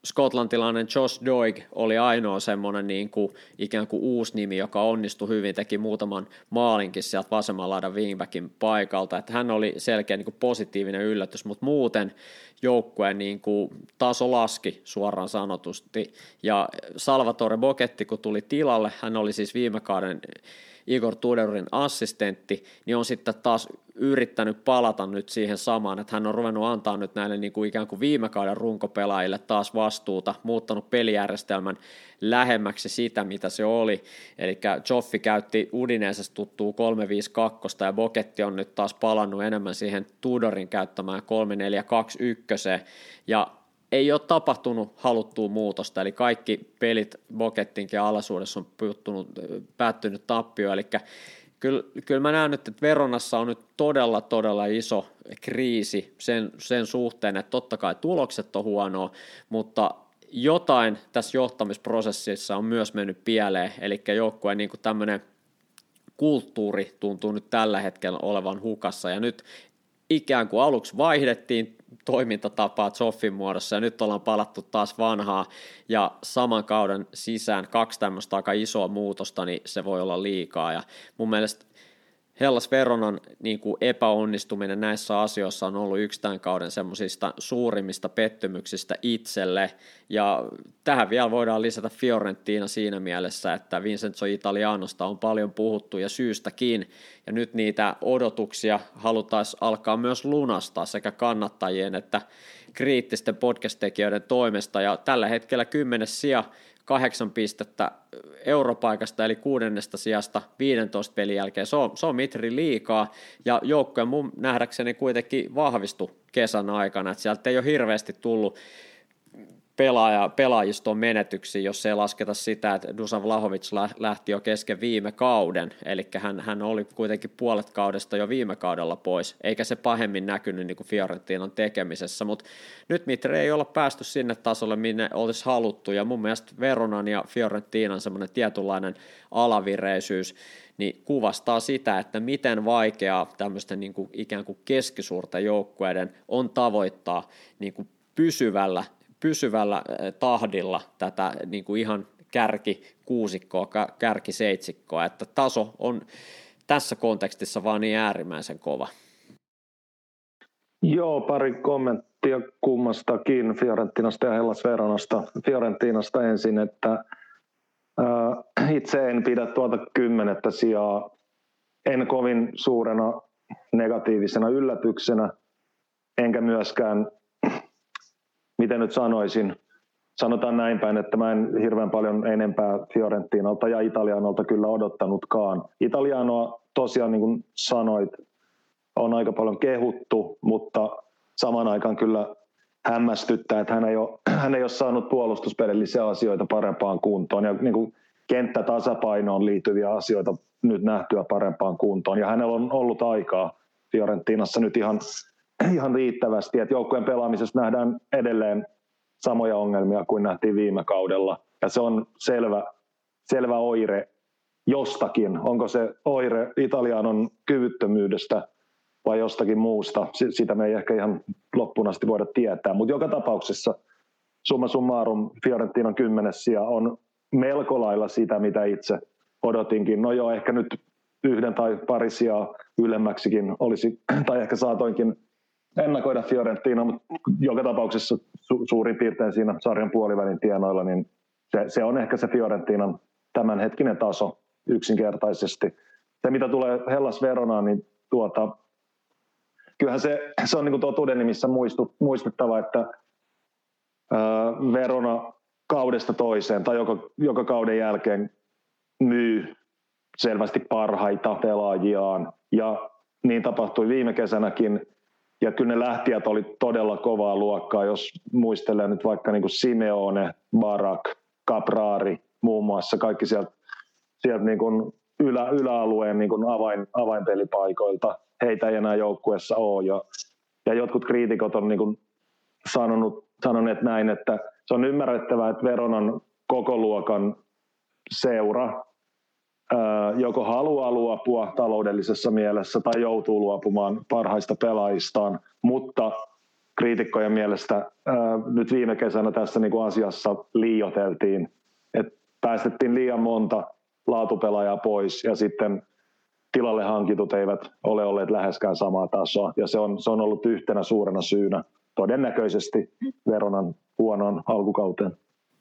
skotlantilainen Josh Doig oli ainoa semmoinen niin kuin, ikään kuin uusi nimi, joka onnistui hyvin, teki muutaman maalinkin sieltä vasemman laidan wingbackin paikalta, että hän oli selkeä niin kuin positiivinen yllätys, mutta muuten joukkueen niin kuin taso laski suoraan sanotusti, ja Salvatore Boquetti kun tuli tilalle, hän oli siis viime kauden Igor Tudorin assistentti, niin on sitten taas yrittänyt palata nyt siihen samaan, että hän on ruvennut antaa nyt näille niin kuin ikään kuin viime kauden runkopelaajille taas vastuuta, muuttanut pelijärjestelmän lähemmäksi sitä, mitä se oli, eli Joffi käytti Udinesesta tuttua kolme viisi kaksi ja Boquetti on nyt taas palannut enemmän siihen Tudorin käyttämään kolme neljä kaksi yksi, ja ei ole tapahtunut haluttua muutosta, eli kaikki pelit Boquettinkin alaisuudessa on puuttunut, päättynyt tappio, eli kyllä, kyllä mä näen nyt, että Veronassa on nyt todella, todella iso kriisi sen, sen suhteen, että totta kai tulokset on huonoa, mutta jotain tässä johtamisprosessissa on myös mennyt pieleen, eli joukkueen niin kuin tämmöinen kulttuuri tuntuu nyt tällä hetkellä olevan hukassa, ja nyt ikään kuin aluksi vaihdettiin toimintatapaa Zoffin muodossa ja nyt ollaan palattu taas vanhaa ja saman kauden sisään kaksi tämmöistä aika isoa muutosta, niin se voi olla liikaa ja mun mielestä Hellas Veronan niin kuin epäonnistuminen näissä asioissa on ollut yksi tämän kauden semmoisista suurimmista pettymyksistä itselle ja tähän vielä voidaan lisätä Fiorentina siinä mielessä, että Vincenzo Italianosta on paljon puhuttu ja syystäkin ja nyt niitä odotuksia halutaisiin alkaa myös lunastaa sekä kannattajien että kriittisten podcast-tekijöiden toimesta ja tällä hetkellä kymmenes sija kahdeksan pistettä europaikasta eli kuudennesta sijasta viidentoista pelin jälkeen. Se on, se on mitri liikaa ja joukkojen mun nähdäkseni kuitenkin vahvistui kesän aikana, että sieltä ei ole hirveästi tullut pelaaja, pelaajiston menetyksiä, jos ei lasketa sitä, että Dusan Vlahovic lähti jo kesken viime kauden, eli hän, hän oli kuitenkin puolet kaudesta jo viime kaudella pois, eikä se pahemmin näkynyt niin kuin Fiorentinan tekemisessä, mutta nyt Mitre ei olla päästy sinne tasolle, minne olisi haluttu, ja mun mielestä Veronan ja Fiorentinan semmoinen tietynlainen alavireisyys, niin kuvastaa sitä, että miten vaikeaa tämmöisten niin kuin ikään kuin keskisuurten joukkueiden on tavoittaa niin kuin pysyvällä pysyvällä tahdilla tätä niin kuin ihan kärkikuusikkoa, kärkiseitsikkoa, että taso on tässä kontekstissa vaan niin äärimmäisen kova. Joo, pari kommenttia kummastakin, Fiorentinasta ja Hellas Veronasta. Fiorentinasta ensin, että äh, itse en pidä tuota kymmenettä sijaa, en kovin suurena negatiivisena yllätyksenä, enkä myöskään miten nyt sanoisin, sanotaan näin päin, että mä en hirveän paljon enempää Fiorentinalta ja Italianolta kyllä odottanutkaan. Italianoa tosiaan, niin kuin sanoit, on aika paljon kehuttu, mutta saman aikaan kyllä hämmästyttää, että hän ei ole, hän ei ole saanut puolustuspelillisiä asioita parempaan kuntoon ja niin kuin kenttätasapainoon liittyviä asioita nyt nähtyä parempaan kuntoon. Ja hänellä on ollut aikaa Fiorentinassa nyt ihan ihan riittävästi, että joukkueen pelaamisessa nähdään edelleen samoja ongelmia kuin nähtiin viime kaudella. Ja se on selvä, selvä oire jostakin. Onko se oire Italianon kyvyttömyydestä vai jostakin muusta? Sitä me ei ehkä ihan loppuun asti voida tietää. Mutta joka tapauksessa summa summarum Fiorentinan kymmenes sija on melko lailla sitä, mitä itse odotinkin. No joo, ehkä nyt yhden tai pari sijaa ylemmäksikin olisi, tai ehkä saatoinkin ennakoida Fiorentina, mutta joka tapauksessa su- suurin piirtein siinä sarjan puolivälin tienoilla, niin se, se on ehkä se Fiorentinan tämänhetkinen taso yksinkertaisesti. Se, mitä tulee Hellas Veronaan, niin tuota, kyllähän se, se on niin kuin totuuden nimissä muistu, muistettava, että ää, Verona kaudesta toiseen tai joka, joka kauden jälkeen myy selvästi parhaita pelaajiaan, ja niin tapahtui viime kesänäkin. Ja kyllä ne lähtijät oli todella kovaa luokkaa, jos muistelee nyt vaikka niin kuin Simeone, Barak, Caprari muun muassa, kaikki sieltä, sieltä niin kuin ylä, yläalueen niin kuin avain, avainpelipaikoilta. Heitä ei enää joukkueessa ole. Ja, ja jotkut kriitikot on niin kuin sanonut, sanoneet näin, että se on ymmärrettävää, että Veronan koko luokan seura joko haluaa luopua taloudellisessa mielessä tai joutuu luopumaan parhaista pelaajistaan, mutta kriitikkojen mielestä ää, nyt viime kesänä tässä niin kuin asiassa liioiteltiin, että päästettiin liian monta laatupelaajaa pois ja sitten tilalle hankitut eivät ole olleet läheskään samaa tasoa ja se on, se on ollut yhtenä suurena syynä todennäköisesti Veronan huonoon alkukauteen.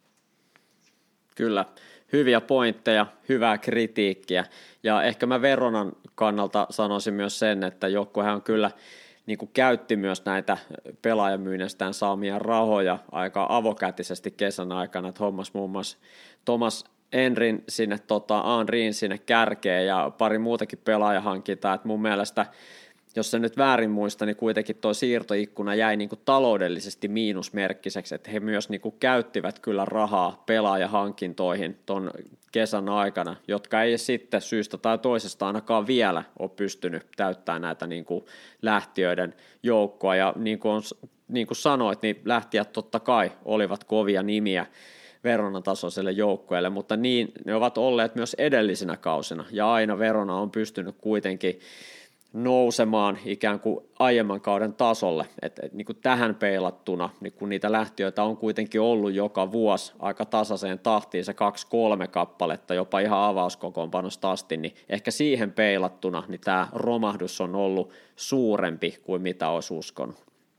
Kyllä, hyviä pointteja, hyvää kritiikkiä ja ehkä mä Veronan kannalta sanoisin myös sen, että joukkuehan on kyllä niin kuin käytti myös näitä pelaajamyynnistään saamia rahoja aika avokätisesti kesän aikana, että hommas muun muassa Thomas Enrin sinne, tota, Henryin sinne kärkeen ja pari muutakin pelaajahankintaa, että mun mielestä, jos se nyt väärin muista, niin kuitenkin tuo siirtoikkuna jäi niin kuin taloudellisesti miinusmerkkiseksi, että he myös niin kuin käyttivät kyllä rahaa pelaajahankintoihin ton kesän aikana, jotka ei sitten syystä tai toisesta ainakaan vielä ole pystynyt täyttämään näitä niin kuin lähtiöiden joukkoa, ja niin kuin, on, niin kuin sanoit, niin lähtijät totta kai olivat kovia nimiä Veronan tasoiselle joukkueelle, mutta niin ne ovat olleet myös edellisinä kausina, ja aina Verona on pystynyt kuitenkin nousemaan ikään kuin aiemman kauden tasolle, että et, niin kuin tähän peilattuna, niin kun niitä lähtiöitä on kuitenkin ollut joka vuosi aika tasaiseen tahtiin se kaksi kolme kappaletta, jopa ihan avauskokoonpanosta asti, niin ehkä siihen peilattuna niin tämä romahdus on ollut suurempi kuin mitä olisi uskonut.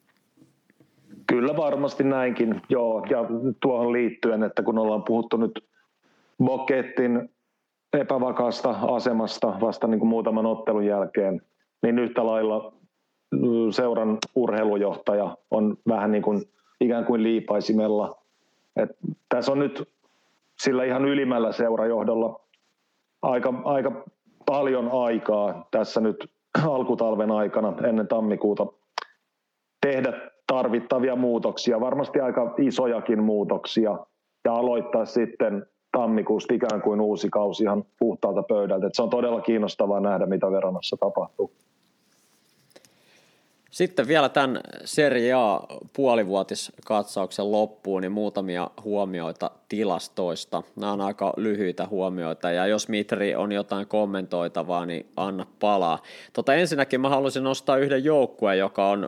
Kyllä varmasti näinkin, joo, ja tuohon liittyen, että kun ollaan puhuttu nyt Bocchetin epävakaasta asemasta vasta niin kuin muutaman ottelun jälkeen, niin yhtä lailla seuran urheilujohtaja on vähän niin kuin ikään kuin liipaisimella. Et tässä on nyt sillä ihan ylimmällä seurajohdolla aika, aika paljon aikaa tässä nyt alkutalven aikana ennen tammikuuta tehdä tarvittavia muutoksia, varmasti aika isojakin muutoksia, ja aloittaa sitten tammikuusta ikään kuin uusi kausi ihan puhtaalta pöydältä. Et se on todella kiinnostavaa nähdä, mitä Veronassa tapahtuu. Sitten vielä tämän Serie A puolivuotiskatsauksen loppuun, niin muutamia huomioita tilastoista. Nämä on aika lyhyitä huomioita, ja jos Mitri on jotain kommentoitavaa, niin anna palaa. Tota, ensinnäkin mä haluaisin nostaa yhden joukkueen, joka on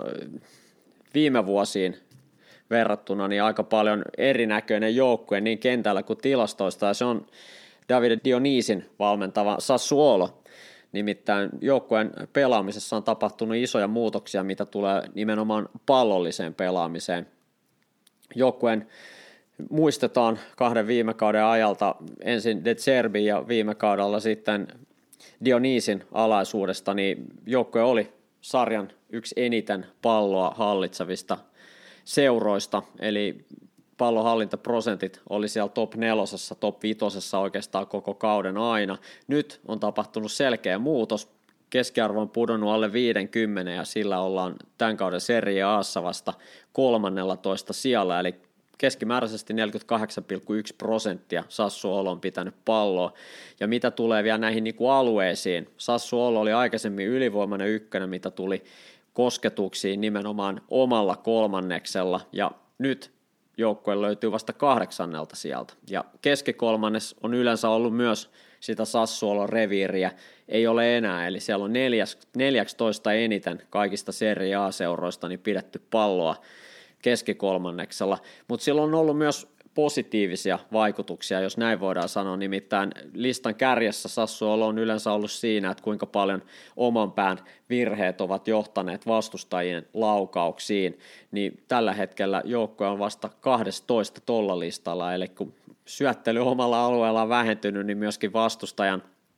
viime vuosiin verrattuna niin aika paljon erinäköinen joukkue niin kentällä kuin tilastoista, ja se on Davide Dionisin valmentava Sassuolo. Nimittäin joukkueen pelaamisessa on tapahtunut isoja muutoksia, mitä tulee nimenomaan pallolliseen pelaamiseen. Joukkueen muistetaan kahden viime kauden ajalta ensin De Zerbi ja viime kaudella sitten Dionisin alaisuudesta, niin joukkue oli sarjan yksi eniten palloa hallitsevista seuroista, eli pallonhallintaprosentit oli siellä top nelosessa, top vitosessa oikeastaan koko kauden aina. Nyt on tapahtunut selkeä muutos, keskiarvo on pudonnut alle viisikymmentä ja sillä ollaan tämän kauden Serie A:ssa vasta kolmannellatoista sijalla, eli keskimääräisesti neljäkymmentäkahdeksan pilkku yksi prosenttia Sassuolo on pitänyt palloa. Ja mitä tulee vielä näihin niin kuin alueisiin, Sassuolo oli aikaisemmin ylivoimainen ykkönen, mitä tuli kosketuksiin nimenomaan omalla kolmanneksella, ja nyt joukkue löytyy vasta kahdeksannelta sieltä. Ja keskikolmannes on yleensä ollut myös sitä Sassuolon reviiriä, ei ole enää, eli siellä on neljäs, neljätoista eniten kaikista Serie A-seuroista niin pidetty palloa keskikolmanneksella, mutta sillä on ollut myös positiivisia vaikutuksia, jos näin voidaan sanoa, nimittäin listan kärjessä Sassuolo on yleensä ollut siinä, että kuinka paljon oman pään virheet ovat johtaneet vastustajien laukauksiin, niin tällä hetkellä joukkue on vasta kahdestoista tolla listalla, eli kun syöttely omalla alueella on vähentynyt, niin myöskin vastustajan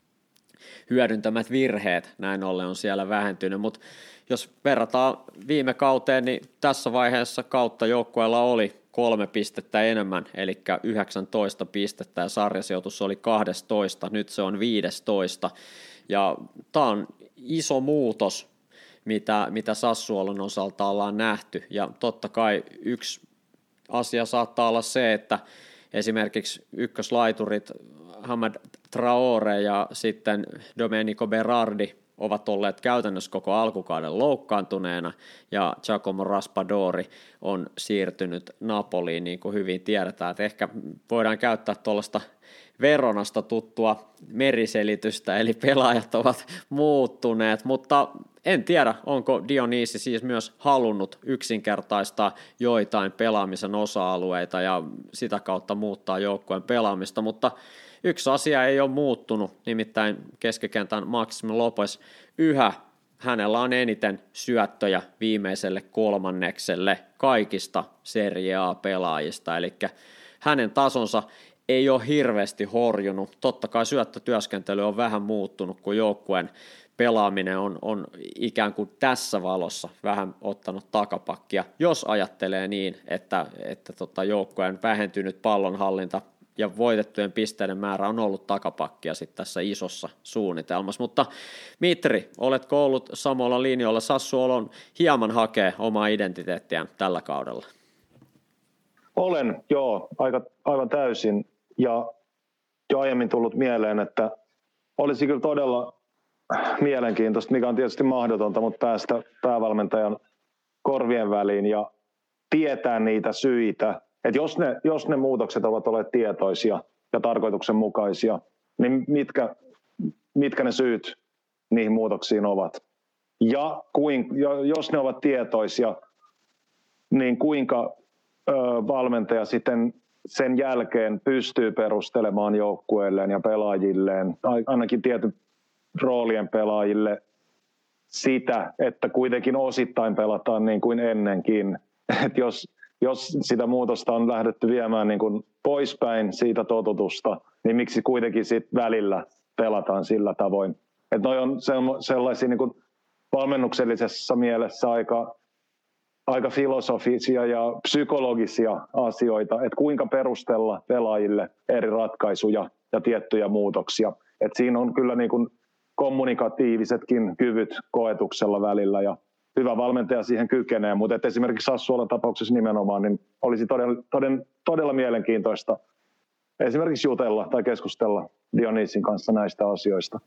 hyödyntämät virheet näin ollen on siellä vähentynyt, mutta jos verrataan viime kauteen, niin tässä vaiheessa kautta joukkueella oli kolme pistettä enemmän, eli yhdeksäntoista pistettä, ja sarjasijoitus oli kaksitoista, nyt se on viisitoista, ja tämä on iso muutos, mitä, mitä Sassuolon osalta ollaan nähty, ja totta kai yksi asia saattaa olla se, että esimerkiksi ykköslaiturit Hamad Traore ja sitten Domenico Berardi ovat olleet käytännössä koko alkukauden loukkaantuneena, ja Giacomo Raspadori on siirtynyt Napoliin, niin kuin hyvin tiedetään, että ehkä voidaan käyttää tuollaista Veronasta tuttua meriselitystä, eli pelaajat ovat muuttuneet, mutta en tiedä, onko Dionisi siis myös halunnut yksinkertaistaa joitain pelaamisen osa-alueita ja sitä kautta muuttaa joukkueen pelaamista, mutta yksi asia ei ole muuttunut, nimittäin keskikentän Maxim Lopez yhä. Hänellä on eniten syöttöjä viimeiselle kolmannekselle kaikista Serie A-pelaajista, eli hänen tasonsa ei ole hirveästi horjunut. Totta kai syöttötyöskentely on vähän muuttunut, kun joukkueen pelaaminen on, on ikään kuin tässä valossa vähän ottanut takapakkia, jos ajattelee niin, että, että tota joukkueen vähentynyt pallonhallinta ja voitettujen pisteiden määrä on ollut takapakkia sitten tässä isossa suunnitelmassa. Mutta Mitri, oletko ollut samalla linjoilla? Sassuolon hieman hakee omaa identiteettiään tällä kaudella. Olen, joo, aika, aivan täysin. Ja jo aiemmin tullut mieleen, että olisi kyllä todella mielenkiintoista, mikä on tietysti mahdotonta, mutta päästä päävalmentajan korvien väliin ja tietää niitä syitä. Että jos ne, jos ne muutokset ovat olleet tietoisia ja tarkoituksenmukaisia, niin mitkä, mitkä ne syyt niihin muutoksiin ovat? Ja kuin, jos ne ovat tietoisia, niin kuinka ö, valmentaja sitten sen jälkeen pystyy perustelemaan joukkueelleen ja pelaajilleen, ainakin tietyn roolien pelaajille, sitä, että kuitenkin osittain pelataan niin kuin ennenkin. Et jos, jos sitä muutosta on lähdetty viemään niin kuin poispäin siitä totutusta, niin miksi kuitenkin sit välillä pelataan sillä tavoin. Et noi on sellaisia niin kuin valmennuksellisessa mielessä aika, aika filosofisia ja psykologisia asioita, että kuinka perustella pelaajille eri ratkaisuja ja tiettyjä muutoksia. Et siinä on kyllä niin kuin kommunikatiivisetkin kyvyt koetuksella välillä ja hyvä valmentaja siihen kykenee, mutta esimerkiksi Sassuolon tapauksessa nimenomaan niin olisi todella, todella, todella mielenkiintoista esimerkiksi jutella tai keskustella Dionisin kanssa näistä asioista.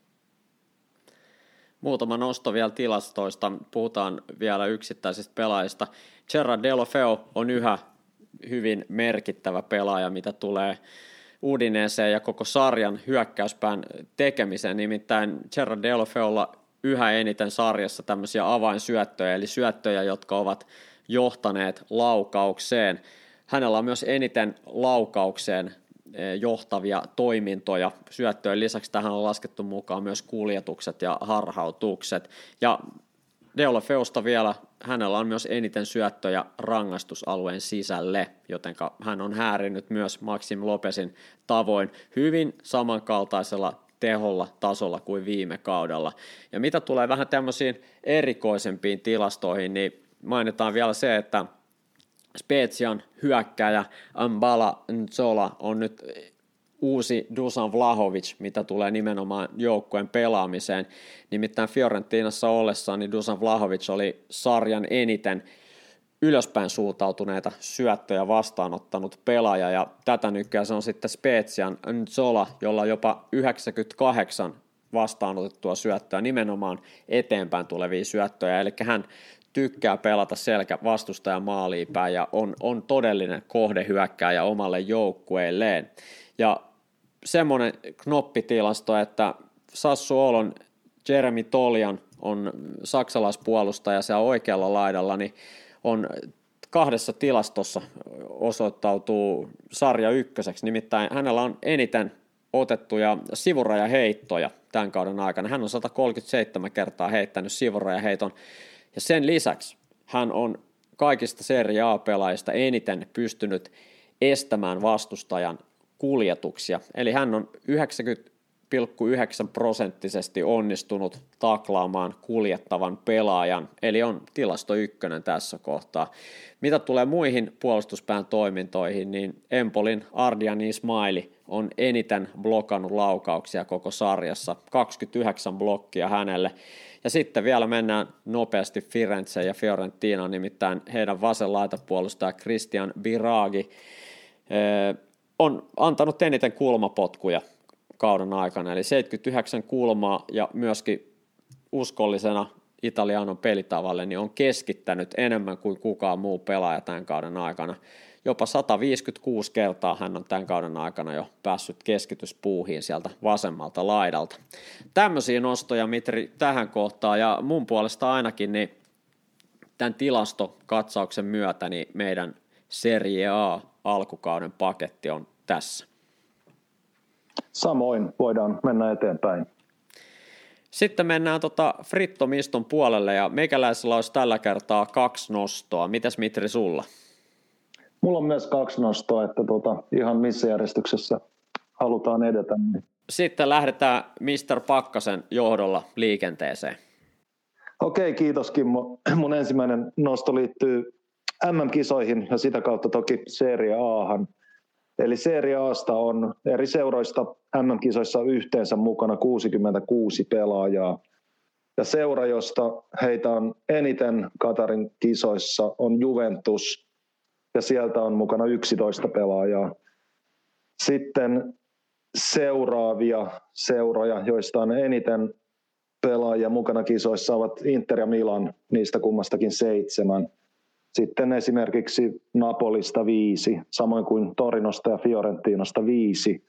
Muutama nosto vielä tilastoista. Puhutaan vielä yksittäisistä pelaajista. Gerard Deulofeu on yhä hyvin merkittävä pelaaja, mitä tulee Udineseen ja koko sarjan hyökkäyspään tekemiseen. Nimittäin Gerard Deulofeulla yhä eniten sarjassa tämmöisiä avainsyöttöjä, eli syöttöjä, jotka ovat johtaneet laukaukseen. Hänellä on myös eniten laukaukseen johtavia toimintoja. Syöttöjen lisäksi tähän on laskettu mukaan myös kuljetukset ja harhautukset. Ja Deulofeusta vielä, hänellä on myös eniten syöttöjä rangaistusalueen sisälle, joten hän on häärinyt myös Maxim Lopezin tavoin hyvin samankaltaisella teholla tasolla kuin viime kaudella. Ja mitä tulee vähän tämmöisiin erikoisempiin tilastoihin, niin mainitaan vielä se, että Spezian hyökkäjä Mbala Nzola on nyt uusi Dusan Vlahovic, mitä tulee nimenomaan joukkueen pelaamiseen. Nimittäin Fiorentinassa ollessaan niin Dusan Vlahovic oli sarjan eniten ylöspäin suuntautuneita syöttöjä vastaanottanut pelaaja, ja tätä nykyään se on sitten Spezian Nzola, jolla jopa yhdeksänkymmentäkahdeksan vastaanotettua syöttöä, nimenomaan eteenpäin tulevia syöttöjä, eli hän tykkää pelata selkä vastustajan maaliin päin ja on, on todellinen kohdehyökkääjä omalle joukkueelleen. Ja semmoinen knoppitilasto, että Sassuolon Jeremy Toljan on saksalaispuolustaja siellä oikealla laidalla, niin on kahdessa tilastossa osoittautuu sarja ykköseksi, nimittäin hänellä on eniten otettuja sivurajaheittoja tämän kauden aikana. Hän on sata kolmekymmentäseitsemän kertaa heittänyt sivurajaheiton, ja sen lisäksi hän on kaikista Serie A-pelaajista eniten pystynyt estämään vastustajan kuljetuksia. Eli hän on yhdeksänkymmentä pilkku yhdeksän prosenttisesti onnistunut taklaamaan kuljettavan pelaajan, eli on tilasto ykkönen tässä kohtaa. Mitä tulee muihin puolustuspään toimintoihin, niin Empolin Ardian Ismaili on eniten blokannut laukauksia koko sarjassa, kaksikymmentäyhdeksän blokkia hänelle. Ja sitten vielä mennään nopeasti Firenze ja Fiorentina, nimittäin heidän vasen laitapuolustaja Christian Biraghi on antanut eniten kulmapotkuja kauden aikana, eli seitsemänkymmentäyhdeksän kulmaa, ja myöskin uskollisena Italianon pelitavalle niin on keskittänyt enemmän kuin kukaan muu pelaaja tämän kauden aikana. jopa sata viisikymmentäkuusi kertaa hän on tämän kauden aikana jo päässyt keskityspuuhiin sieltä vasemmalta laidalta. Tämmöisiä nostoja, Mitri, tähän kohtaan, ja mun puolesta ainakin niin tämän tilastokatsauksen myötä niin meidän Serie A alkukauden paketti on tässä. Samoin voidaan mennä eteenpäin. Sitten mennään tota Fritto Miston puolelle, ja meikäläisellä olisi tällä kertaa kaksi nostoa. Mitäs Mitri sulla? Mulla on myös kaksi nostoa, että tota, ihan missä järjestyksessä halutaan edetä. Sitten lähdetään mister Pakkasen johdolla liikenteeseen. Okei, kiitos Kimmo. Mun ensimmäinen nosto liittyy M M-kisoihin ja sitä kautta toki Serie A:han. Eli Serie A:sta on eri seuroista M M-kisoissa yhteensä mukana kuusikymmentäkuusi pelaajaa. Ja seura, josta heitä on eniten Katarin kisoissa, on Juventus, ja sieltä on mukana yksitoista pelaajaa. Sitten seuraavia seuroja, joista on eniten pelaajia mukana kisoissa, ovat Inter ja Milan, niistä kummastakin seitsemän. Sitten esimerkiksi Napolista viisi, samoin kuin Torinosta ja Fiorentinosta viisi.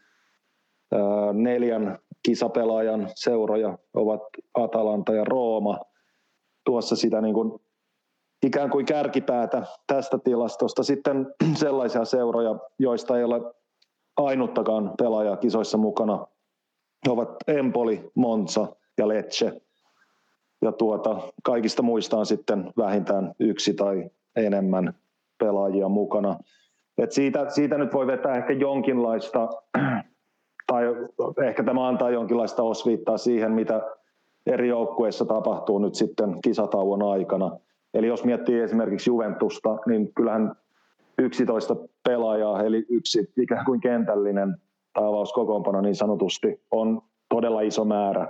Neljän kisapelaajan seuroja ovat Atalanta ja Rooma. Tuossa sitä niin kuin ikään kuin kärkipäätä tästä tilastosta. Sitten sellaisia seuroja, joista ei ole ainuttakaan pelaajaa kisoissa mukana, ovat Empoli, Monza ja Lecce. Ja tuota, kaikista muista on sitten vähintään yksi tai enemmän pelaajia mukana. Et siitä, siitä nyt voi vetää ehkä jonkinlaista, tai ehkä tämä antaa jonkinlaista osviittaa siihen, mitä eri joukkueissa tapahtuu nyt sitten kisatauon aikana. Eli jos miettii esimerkiksi Juventusta, niin kyllähän yksitoista pelaajaa, eli yksi ikään kuin kentällinen tai avauskokoonpano niin sanotusti, on todella iso määrä,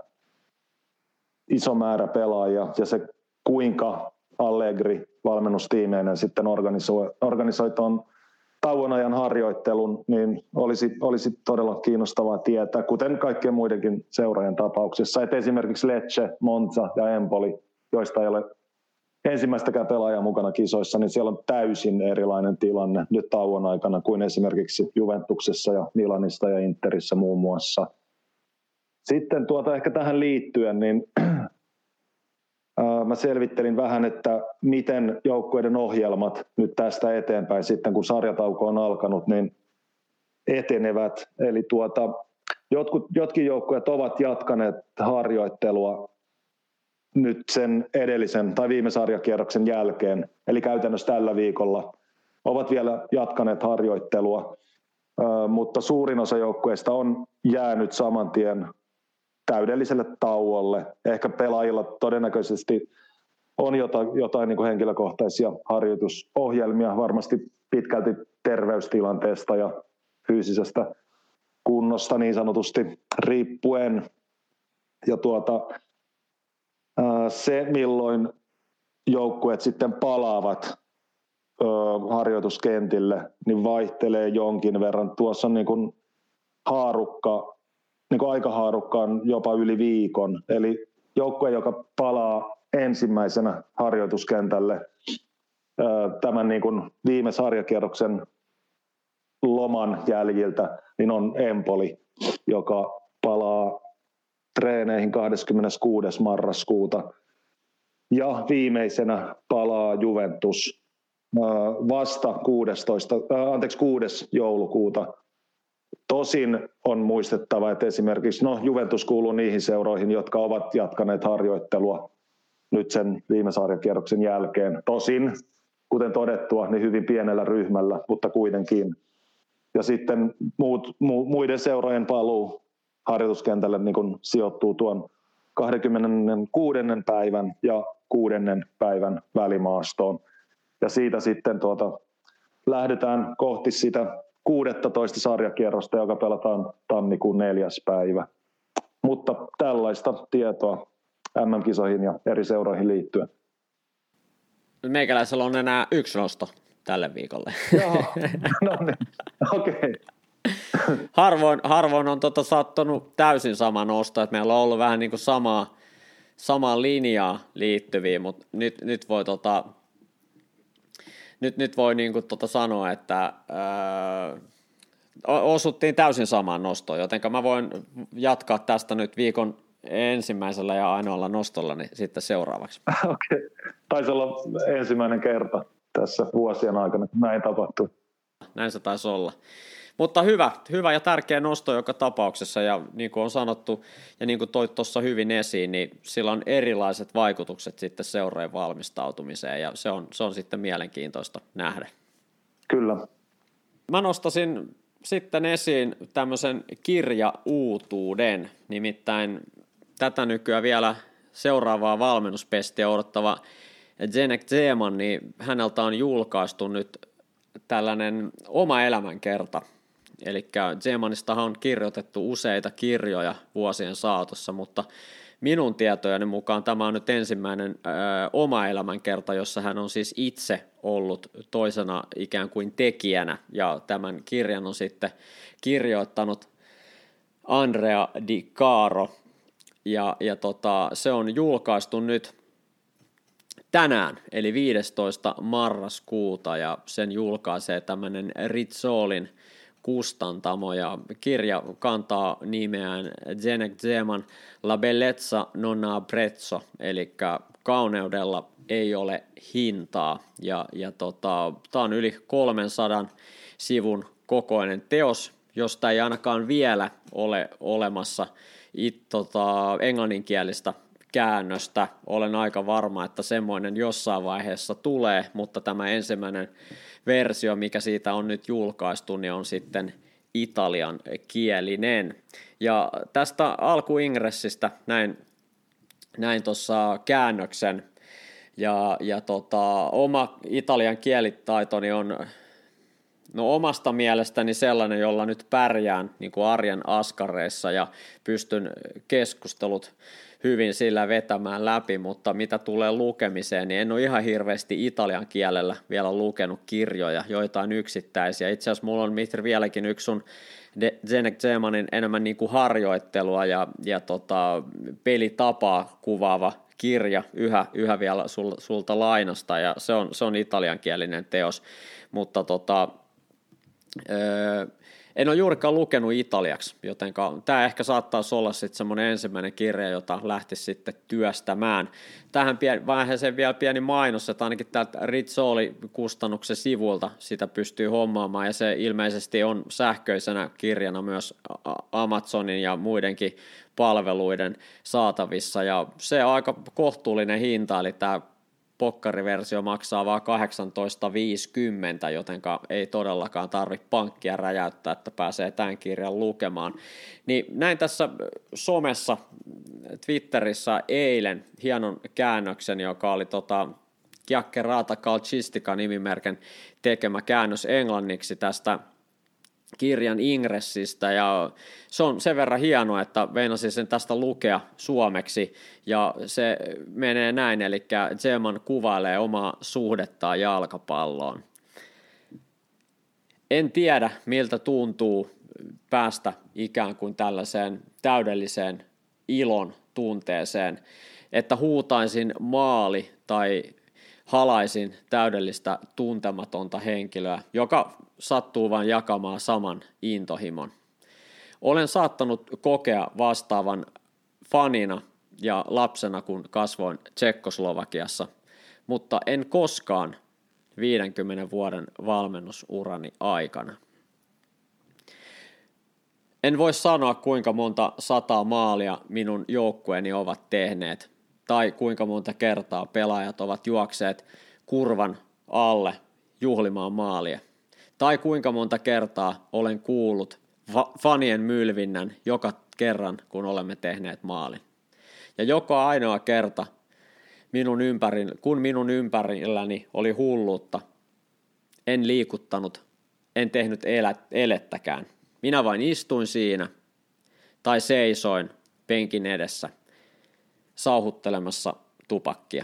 iso määrä pelaajia, ja se kuinka Allegri valmennustiimeineen sitten organisoi, organisoi tuon tauon ajan harjoittelun, niin olisi, olisi todella kiinnostavaa tietää, kuten kaikkien muidenkin seurojen tapauksessa, että esimerkiksi Lecce, Monza ja Empoli, joista ei ole ensimmäistäkään pelaajaa mukana kisoissa, niin siellä on täysin erilainen tilanne nyt tauon aikana kuin esimerkiksi Juventuksessa ja Milanista ja Interissä muun muassa. Sitten tuota ehkä tähän liittyen, niin mä selvittelin vähän, että miten joukkueiden ohjelmat nyt tästä eteenpäin sitten, kun sarjatauko on alkanut, niin etenevät. Eli tuota, jotkut, jotkin joukkueet ovat jatkaneet harjoittelua nyt sen edellisen tai viime sarjakierroksen jälkeen, eli käytännössä tällä viikolla ovat vielä jatkaneet harjoittelua, mutta suurin osa joukkueista on jäänyt saman tien täydelliselle tauolle. Ehkä pelaajilla todennäköisesti on jotain, jotain niin kuin henkilökohtaisia harjoitusohjelmia, varmasti pitkälti terveystilanteesta ja fyysisestä kunnosta niin sanotusti riippuen. Ja tuota, se, milloin joukkueet sitten palaavat harjoituskentille, niin vaihtelee jonkin verran. Tuossa on niin kuin haarukka, niin kuin aikahaarukka on jopa yli viikon. Eli joukkue, joka palaa ensimmäisenä harjoituskentälle tämän niin kuin viime sarjakierroksen loman jäljiltä, niin on Empoli, joka palaa treeneihin kahdeskymmeneskuudes marraskuuta. Ja viimeisenä palaa Juventus vasta kuudestoista, anteeksi, kuudes joulukuuta. Tosin on muistettava, että esimerkiksi no, Juventus kuuluu niihin seuroihin, jotka ovat jatkaneet harjoittelua nyt sen viime sarjakierroksen jälkeen. Tosin, kuten todettua, niin hyvin pienellä ryhmällä, mutta kuitenkin. Ja sitten muut, mu, muiden seurojen paluu harjoituskentälle niin kun sijoittuu tuon kaksikymmentäkuuden päivän ja kuudennen päivän välimaastoon. Ja siitä sitten tuota, lähdetään kohti sitä kuudettoista sarjakierrosta, joka pelataan tammikuun neljäs päivä. Mutta tällaista tietoa M M-kisoihin ja eri seuroihin liittyen. Meikäläisellä on enää yksi nosto tälle viikolle. Joo, no niin, okei. Okay. Harvoin, harvoin on tota sattunut täysin sama nosto, että meillä on ollut vähän niin kuin samaa, samaa linjaa liittyviä, mutta nyt, nyt voi tota, nyt, nyt voi niin kuin tuota sanoa, että ää, osuttiin täysin samaan nostoon, joten mä voin jatkaa tästä nyt viikon ensimmäisellä ja ainoalla nostolla niin sitten seuraavaksi. Okei, okay. Taisi olla ensimmäinen kerta tässä vuosien aikana, kun näin tapahtui. Näin se taisi olla. Mutta hyvä, hyvä ja tärkeä nosto joka tapauksessa, ja niin kuin on sanottu, ja niin kuin toit tuossa hyvin esiin, niin sillä on erilaiset vaikutukset sitten seurojen valmistautumiseen, ja se on, se on sitten mielenkiintoista nähdä. Kyllä. Mä nostasin sitten esiin tämmöisen kirjauutuuden, nimittäin tätä nykyään vielä seuraavaa valmennuspestiä odottava Zdeněk Zeman, niin häneltä on julkaistu nyt tällainen oma elämänkerta. Eli Zemanistahan on kirjoitettu useita kirjoja vuosien saatossa, mutta minun tietojeni mukaan tämä on nyt ensimmäinen ö, oma elämänkerta, jossa hän on siis itse ollut toisena ikään kuin tekijänä, ja tämän kirjan on sitten kirjoittanut Andrea Di Caro, ja, ja tota, se on julkaistu nyt tänään, eli viidestoista marraskuuta, ja sen julkaisee tämmöinen Rizzolin kustantamo, ja kirja kantaa nimeään Zdeněk Zeman La bellezza non ha prezzo, eli kauneudella ei ole hintaa, ja, ja tota, tämä on yli kolmensadan sivun kokoinen teos, josta ei ainakaan vielä ole olemassa it, tota, englanninkielistä käännöstä. Olen aika varma, että semmoinen jossain vaiheessa tulee, mutta tämä ensimmäinen versio, mikä siitä on nyt julkaistu, niin on sitten italiankielinen. Ja tästä alkuingressistä näin, näin tuossa käännöksen, ja, ja tota, oma italian kielitaitoni on no omasta mielestäni sellainen, jolla nyt pärjään niin kuin arjen askareissa ja pystyn keskustelut hyvin sillä vetämään läpi, mutta mitä tulee lukemiseen, niin en ole ihan hirveästi italian kielellä vielä lukenut kirjoja, joitain yksittäisiä. Itse asiassa mulla on Mitri vieläkin yksi sun Zdeněk Zemanin enemmän niin kuin harjoittelua ja, ja tota, pelitapaa kuvaava kirja yhä, yhä vielä sul, sulta lainasta, ja se on, se on italiankielinen teos, mutta tota, öö, en ole juurikaan lukenut italiaksi, joten tämä ehkä saattaisi olla sitten semmoinen ensimmäinen kirja, jota lähtisi sitten työstämään. Tähän vaiheeseen vielä pieni mainos, että ainakin täältä Rizzoli-kustannuksen sivulta sitä pystyy hommaamaan, ja se ilmeisesti on sähköisenä kirjana myös Amazonin ja muidenkin palveluiden saatavissa, ja se on aika kohtuullinen hinta, eli tämä pokkariversio maksaa vain kahdeksantoista viisikymmentä, jotenka ei todellakaan tarvitse pankkia räjäyttää, että pääsee tämän kirjan lukemaan. Niin näin tässä somessa, Twitterissä eilen hienon käännöksen, joka oli tota Chiacchierata Calcistica -nimimerken tekemä käännös englanniksi tästä kirjan ingressistä, ja se on sen verran hienoa, että meinasin sen tästä lukea suomeksi, ja se menee näin, eli Zeman kuvailee omaa suhdettaan jalkapalloon. En tiedä, miltä tuntuu päästä ikään kuin tällaiseen täydelliseen ilon tunteeseen, että huutaisin maali tai halaisin täydellistä tuntematonta henkilöä, joka sattuu vain jakamaan saman intohimon. Olen saattanut kokea vastaavan fanina ja lapsena, kun kasvoin Tsekkoslovakiassa, mutta en koskaan viidenkymmenen vuoden valmennusurani aikana. En voi sanoa, kuinka monta sataa maalia minun joukkueeni ovat tehneet, tai kuinka monta kertaa pelaajat ovat juokseet kurvan alle juhlimaan maalia, tai kuinka monta kertaa olen kuullut fa- fanien mylvinnän joka kerran, kun olemme tehneet maalin. Ja joka ainoa kerta, minun ympärin, kun minun ympärilläni oli hulluutta, en liikuttanut, en tehnyt elä, elettäkään. Minä vain istuin siinä tai seisoin penkin edessä sauhuttelemassa tupakkia.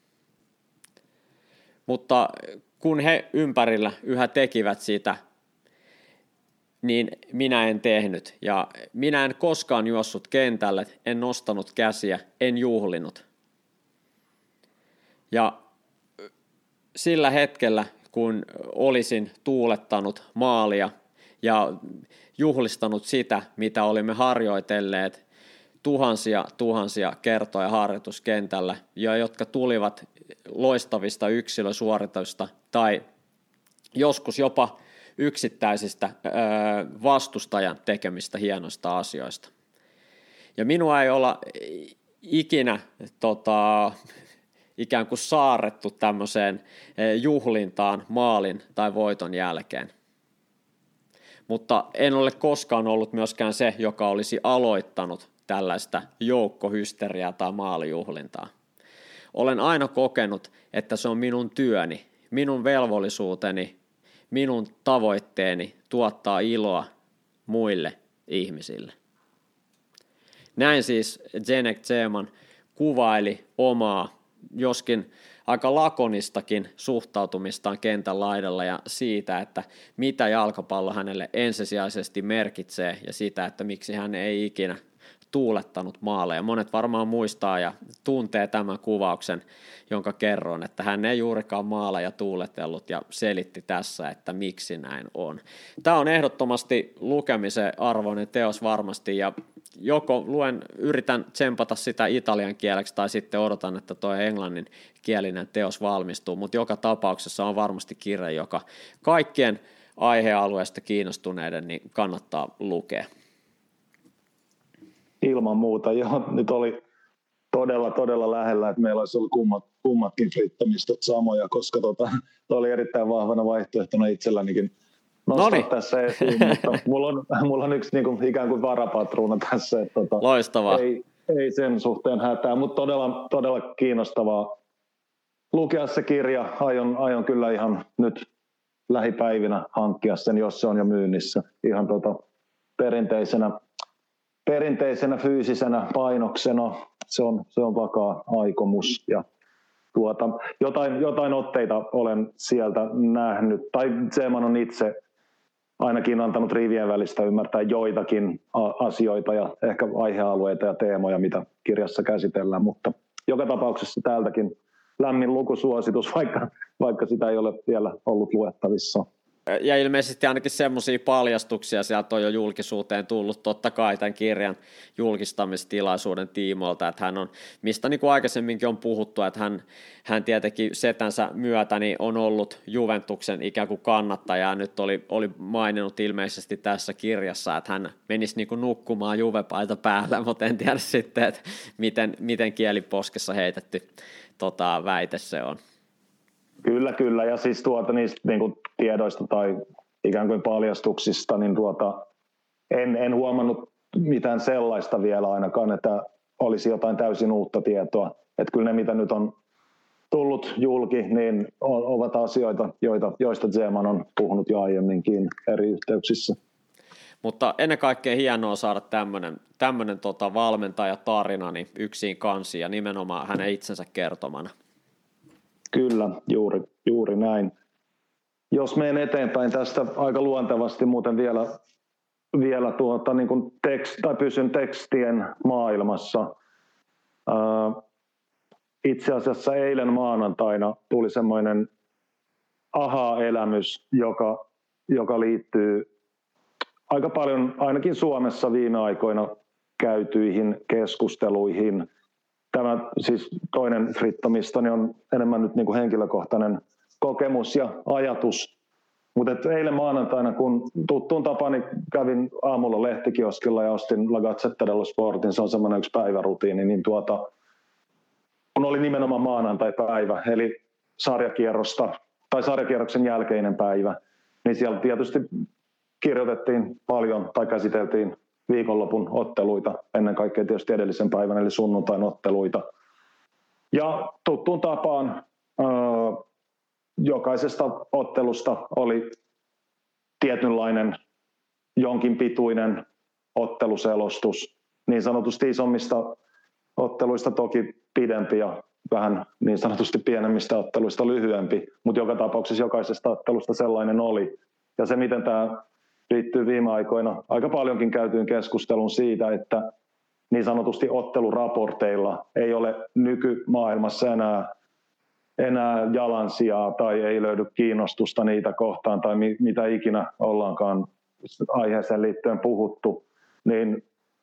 Mutta kun he ympärillä yhä tekivät sitä, niin minä en tehnyt. Ja minä en koskaan juossut kentälle, en nostanut käsiä, en juhlinut. Ja sillä hetkellä, kun olisin tuulettanut maalia ja juhlistanut sitä, mitä olimme harjoitelleet tuhansia tuhansia kertoja harjoituskentällä, ja jotka tulivat loistavista yksilösuoritusta tai joskus jopa yksittäisistä vastustajan tekemistä hienoista asioista. Ja minua ei olla ikinä tota, ikään kuin saarrettu tämmöiseen juhlintaan maalin tai voiton jälkeen. Mutta en ole koskaan ollut myöskään se, joka olisi aloittanut tällaista joukkohysteriaa tai maalijuhlintaa. Olen aina kokenut, että se on minun työni, minun velvollisuuteni, minun tavoitteeni tuottaa iloa muille ihmisille. Näin siis Zdeněk Zeman kuvaili omaa, joskin aika lakonistakin suhtautumistaan kentän laidalla ja siitä, että mitä jalkapallo hänelle ensisijaisesti merkitsee ja sitä, että miksi hän ei ikinä tuulettanut maaleja. Monet varmaan muistaa ja tuntee tämän kuvauksen, jonka kerron, että hän ei juurikaan maaleja tuuletellut ja selitti tässä, että miksi näin on. Tämä on ehdottomasti lukemisen arvoinen teos varmasti ja joko luen, yritän tsempata sitä italian kieleksi tai sitten odotan, että tuo englannin kielinen teos valmistuu, mutta joka tapauksessa on varmasti kirja, joka kaikkien aihealueesta kiinnostuneiden niin kannattaa lukea. Ilman muuta, joo. Nyt oli todella, todella lähellä, että meillä olisi ollut kummat, kummatkin frittämistöt samoja, koska tota, toi oli erittäin vahvana vaihtoehtona itsellänikin nostaa Noniin. tässä esiin, mutta mulla on, mulla on yksi niin kuin, ikään kuin varapatruuna tässä, että tota, Loistavaa. Ei, ei sen suhteen hätää, mutta todella, todella kiinnostavaa lukea se kirja. Aion, aion kyllä ihan nyt lähipäivinä hankkia sen, jos se on jo myynnissä ihan tota, perinteisenä Perinteisenä fyysisenä painoksena se on, se on vakaa aikomus ja tuota, jotain, jotain otteita olen sieltä nähnyt, tai Zeman on itse ainakin antanut rivien välistä ymmärtää joitakin asioita ja ehkä aihealueita ja teemoja, mitä kirjassa käsitellään, mutta joka tapauksessa täältäkin lämmin lukusuositus, vaikka, vaikka sitä ei ole vielä ollut luettavissa. Ja ilmeisesti ainakin semmoisia paljastuksia sieltä on jo julkisuuteen tullut totta kai tämän kirjan julkistamistilaisuuden tiimoilta, että hän on, mistä niin kuin aikaisemminkin on puhuttu, että hän, hän tietenkin setänsä myötä niin on ollut Juventuksen ikään kuin kannattaja, ja nyt oli, oli maininnut ilmeisesti tässä kirjassa, että hän menisi niin kuin nukkumaan Juve-paita päällä, mutta en tiedä sitten, että miten, miten kieliposkessa heitetty tota, väite se on. Kyllä, kyllä. Ja siis tuota niistä niin kuin tiedoista tai ikään kuin paljastuksista, niin tuota, en, en huomannut mitään sellaista vielä ainakaan, että olisi jotain täysin uutta tietoa. Että kyllä ne, mitä nyt on tullut julki, niin ovat asioita, joita, joista Zeman on puhunut jo aiemminkin eri yhteyksissä. Mutta ennen kaikkea hienoa saada tämmöinen, tämmöinen tota valmentajatarina niin yksin kansiin ja nimenomaan hänen itsensä kertomana. Kyllä, juuri, juuri näin. Jos menen eteenpäin tästä aika luontevasti muuten vielä, vielä tuota, niin kuin tekst, tai pysyn tekstien maailmassa. Ää, itse asiassa eilen maanantaina tuli semmoinen aha-elämys, joka, joka liittyy aika paljon ainakin Suomessa viime aikoina käytyihin keskusteluihin. Tämä siis toinen frittomistoni on enemmän nyt niin kuin henkilökohtainen kokemus ja ajatus. Mutta eilen maanantaina, kun tuttuun tapani kävin aamulla lehtikioskilla ja ostin La Gazzetta dello Sportin, se on semmoinen yksi päivärutiini, niin tuota, kun oli nimenomaan maanantai-päivä, eli sarjakierrosta, tai sarjakierroksen jälkeinen päivä, niin siellä tietysti kirjoitettiin paljon tai käsiteltiin viikonlopun otteluita, ennen kaikkea tietysti edellisen päivän eli sunnuntain otteluita. Ja tuttuun tapaan ää, jokaisesta ottelusta oli tietynlainen jonkin pituinen otteluselostus. Niin sanotusti isommista otteluista toki pidempi ja vähän niin sanotusti pienemmistä otteluista lyhyempi, mutta joka tapauksessa jokaisesta ottelusta sellainen oli. Ja se, miten tämä liittyy viime aikoina aika paljonkin käytyyn keskusteluun siitä, että niin sanotusti otteluraporteilla ei ole nykymaailmassa enää enää jalansijaa tai ei löydy kiinnostusta niitä kohtaan tai mi- mitä ikinä ollaankaan aiheeseen liittyen puhuttu, niin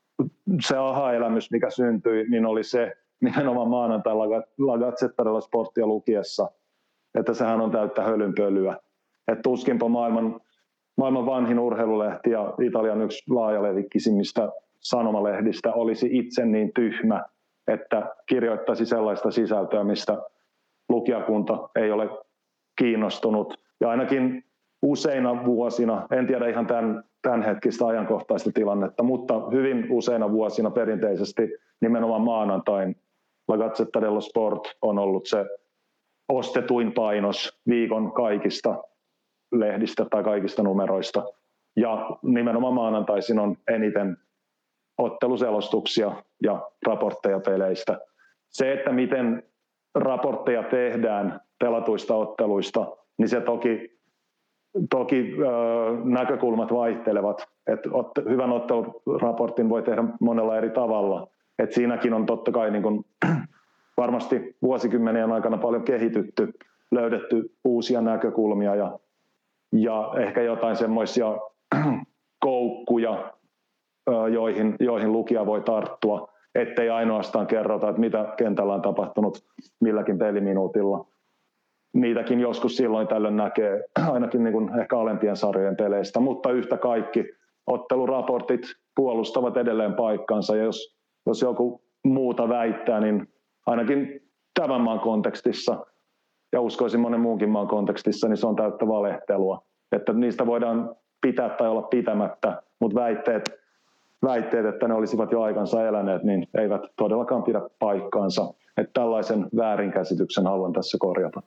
se aha-elämys, mikä syntyi, niin oli se nimenomaan maanantaina La Gazzetta dello Sportia lukiessa, että sehän on täyttä hölynpölyä. Että tuskinpa maailman, maailman vanhin urheilulehti ja Italian yksi laajalevikkisimmistä sanomalehdistä olisi itse niin tyhmä, että kirjoittaisi sellaista sisältöä, mistä lukijakunta ei ole kiinnostunut. Ja ainakin useina vuosina, en tiedä ihan tämän, tämän hetkistä ajankohtaista tilannetta, mutta hyvin useina vuosina perinteisesti nimenomaan maanantain La Gazzetta dello Sport on ollut se ostetuin painos viikon kaikista lehdistä tai kaikista numeroista. Ja nimenomaan maanantaisin on eniten otteluselostuksia ja raportteja peleistä. Se, että miten raportteja tehdään pelatuista otteluista, niin se toki, toki äh, näkökulmat vaihtelevat. Et ot, hyvän otteluraportin voi tehdä monella eri tavalla. Et siinäkin on totta kai niin kun, varmasti vuosikymmenien aikana paljon kehitytty, löydetty uusia näkökulmia ja, ja ehkä jotain semmoisia koukkuja, joihin, joihin lukija voi tarttua, ettei ainoastaan kerrota, että mitä kentällä on tapahtunut milläkin peliminuutilla. Niitäkin joskus silloin tällöin näkee, ainakin niin kuin ehkä alempien sarjojen peleistä, mutta yhtä kaikki otteluraportit puolustavat edelleen paikkansa, ja jos, jos joku muuta väittää, niin ainakin tämän maan kontekstissa, ja uskoisin monen muunkin maan kontekstissa, niin se on täyttä valehtelua. Että niistä voidaan pitää tai olla pitämättä, mutta väitteet, väitteet, että ne olisivat jo aikansa eläneet, niin eivät todellakaan pidä paikkaansa. Että tällaisen väärinkäsityksen haluan tässä korjata.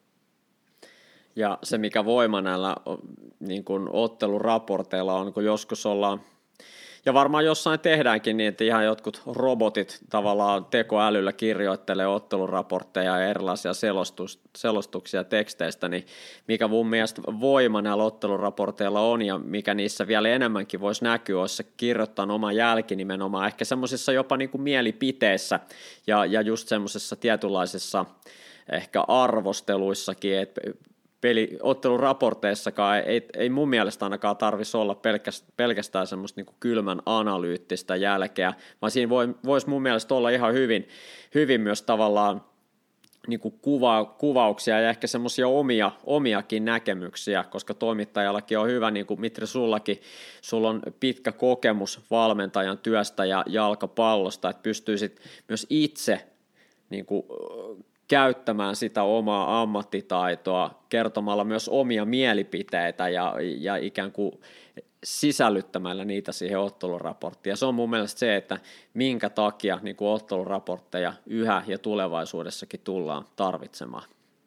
Ja se, mikä voima näillä niin kuin otteluraporteilla on, kun joskus ollaan, ja varmaan jossain tehdäänkin niin, että ihan jotkut robotit tavallaan tekoälyllä kirjoittelee otteluraportteja ja erilaisia selostus, selostuksia teksteistä, niin mikä mun mielestä voima näillä otteluraporteilla on ja mikä niissä vielä enemmänkin voisi näkyä, olisi se kirjoittaa oma jälki nimenomaan ehkä semmoisissa jopa niin kuin mielipiteissä ja, ja just semmoisessa tietynlaisessa ehkä arvosteluissakin, että peli, otteluraporteissakaan ei, ei, ei mun mielestä ainakaan tarvitsisi olla pelkästään, pelkästään semmoista niin kuin kylmän analyyttistä jälkeä, vaan siinä voi, voisi mun mielestä olla ihan hyvin, hyvin myös tavallaan niin kuin kuva, kuvauksia ja ehkä semmoisia omia, omiakin näkemyksiä, koska toimittajallakin on hyvä, niin kuin Mitri sullakin, sulla on pitkä kokemus valmentajan työstä ja jalkapallosta, että pystyisit myös itse niin kuin käyttämään sitä omaa ammattitaitoa, kertomalla myös omia mielipiteitä ja, ja ikään kuin sisällyttämällä niitä siihen otteluraporttiin. Ja se on mun mielestä se, että minkä takia niin kuin otteluraportteja yhä ja tulevaisuudessakin tullaan tarvitsemaan.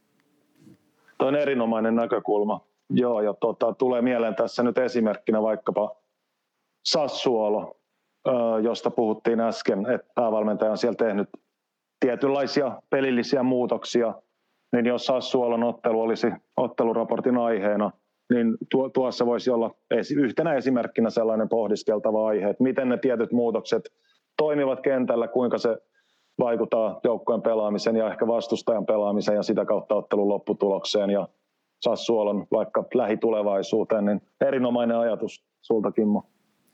Tuo on erinomainen näkökulma. Joo, ja tota, tulee mieleen tässä nyt esimerkkinä vaikkapa Sassuolo, josta puhuttiin äsken, että päävalmentaja on siellä tehnyt tietynlaisia pelillisiä muutoksia, niin jos Sassuolon ottelu olisi otteluraportin aiheena, niin tuossa voisi olla yhtenä esimerkkinä sellainen pohdiskeltava aihe, että miten ne tietyt muutokset toimivat kentällä, kuinka se vaikuttaa joukkojen pelaamisen ja ehkä vastustajan pelaamisen ja sitä kautta ottelun lopputulokseen ja Sassuolon vaikka lähitulevaisuuteen, niin erinomainen ajatus sulta, Kimmo.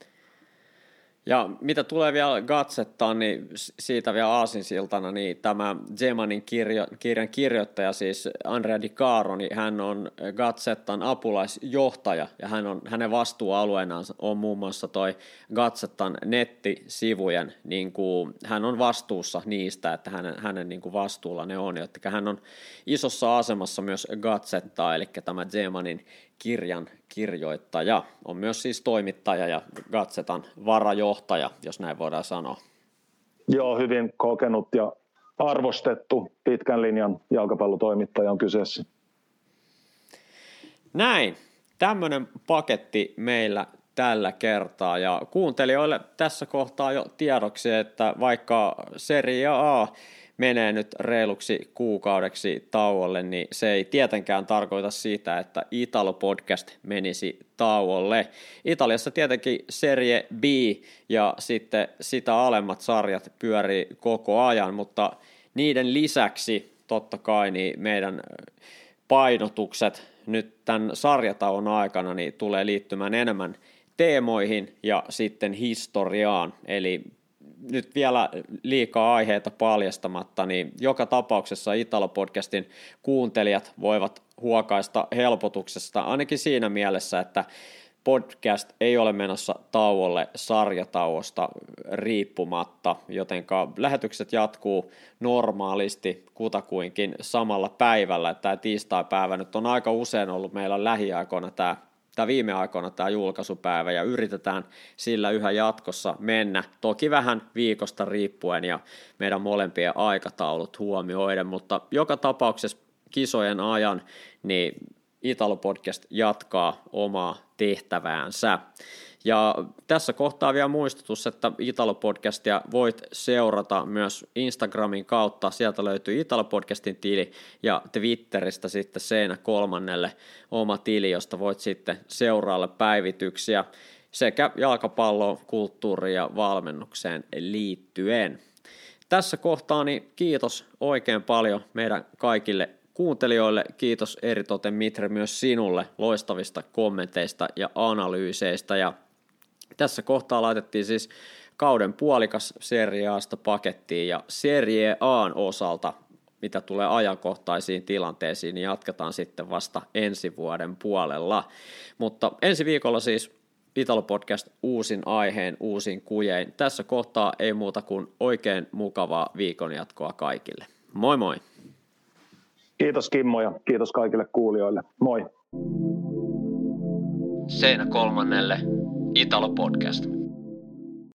Ja mitä tulee vielä Gazzettaan, niin siitä vielä aasinsiltana, niin tämä Zemanin kirjo, kirjan kirjoittaja, siis Andrea Di Caro, niin hän on Gazzettan apulaisjohtaja, ja hän on, hänen vastuualueenaan on muun muassa toi Gazzettan nettisivujen, niin kuin, hän on vastuussa niistä, että hänen, hänen niin kuin vastuulla ne on, jotta hän on isossa asemassa myös Gazzettaa, eli tämä Zemanin kirjan kirjoittaja, on myös siis toimittaja ja Gazetan varajohtaja, jos näin voidaan sanoa. Joo, hyvin kokenut ja arvostettu pitkän linjan jalkapallotoimittaja on kyseessä. Näin, tämmöinen paketti meillä tällä kertaa ja kuuntelijoille tässä kohtaa jo tiedoksi, että vaikka Serie A menee nyt reiluksi kuukaudeksi tauolle, niin se ei tietenkään tarkoita sitä, että Italo-podcast menisi tauolle. Italiassa tietenkin Serie B ja sitten sitä alemmat sarjat pyörii koko ajan, mutta niiden lisäksi totta kai niin meidän painotukset nyt tämän sarjatauon aikana niin tulee liittymään enemmän teemoihin ja sitten historiaan, eli nyt vielä liikaa aiheita paljastamatta, niin joka tapauksessa Italo-podcastin kuuntelijat voivat huokaista helpotuksesta ainakin siinä mielessä, että podcast ei ole menossa tauolle sarjatauosta riippumatta, jotenka lähetykset jatkuu normaalisti kutakuinkin samalla päivällä. Tämä tiistai-päivä nyt on aika usein ollut meillä lähiaikoina tämä, tämä viime aikoina tämä julkaisupäivä, ja yritetään sillä yhä jatkossa mennä, toki vähän viikosta riippuen ja meidän molempien aikataulut huomioiden, mutta joka tapauksessa kisojen ajan niin Italo-podcast jatkaa omaa tehtäväänsä. Ja tässä kohtaa vielä muistutus, että Italo-podcastia voit seurata myös Instagramin kautta. Sieltä löytyy Italo-podcastin tili ja Twitteristä sitten Seinä kolmannelle oma tili, josta voit sitten seurailla päivityksiä sekä jalkapalloon, kulttuuriin ja valmennukseen liittyen. Tässä kohtaa niin kiitos oikein paljon meidän kaikille kuuntelijoille, kiitos eritoten Mitre myös sinulle loistavista kommenteista ja analyyseistä, ja tässä kohtaa laitettiin siis kauden puolikas Serie A:sta pakettiin, ja Serie A:n osalta, mitä tulee ajankohtaisiin tilanteisiin, niin jatketaan sitten vasta ensi vuoden puolella, mutta ensi viikolla siis Italo-podcast uusin aiheen, uusin kujein. Tässä kohtaa ei muuta kuin oikein mukavaa viikonjatkoa kaikille. Moi moi! Kiitos Kimmo ja kiitos kaikille kuulijoille. Moi! Seinä kolmannelle Italo-podcast.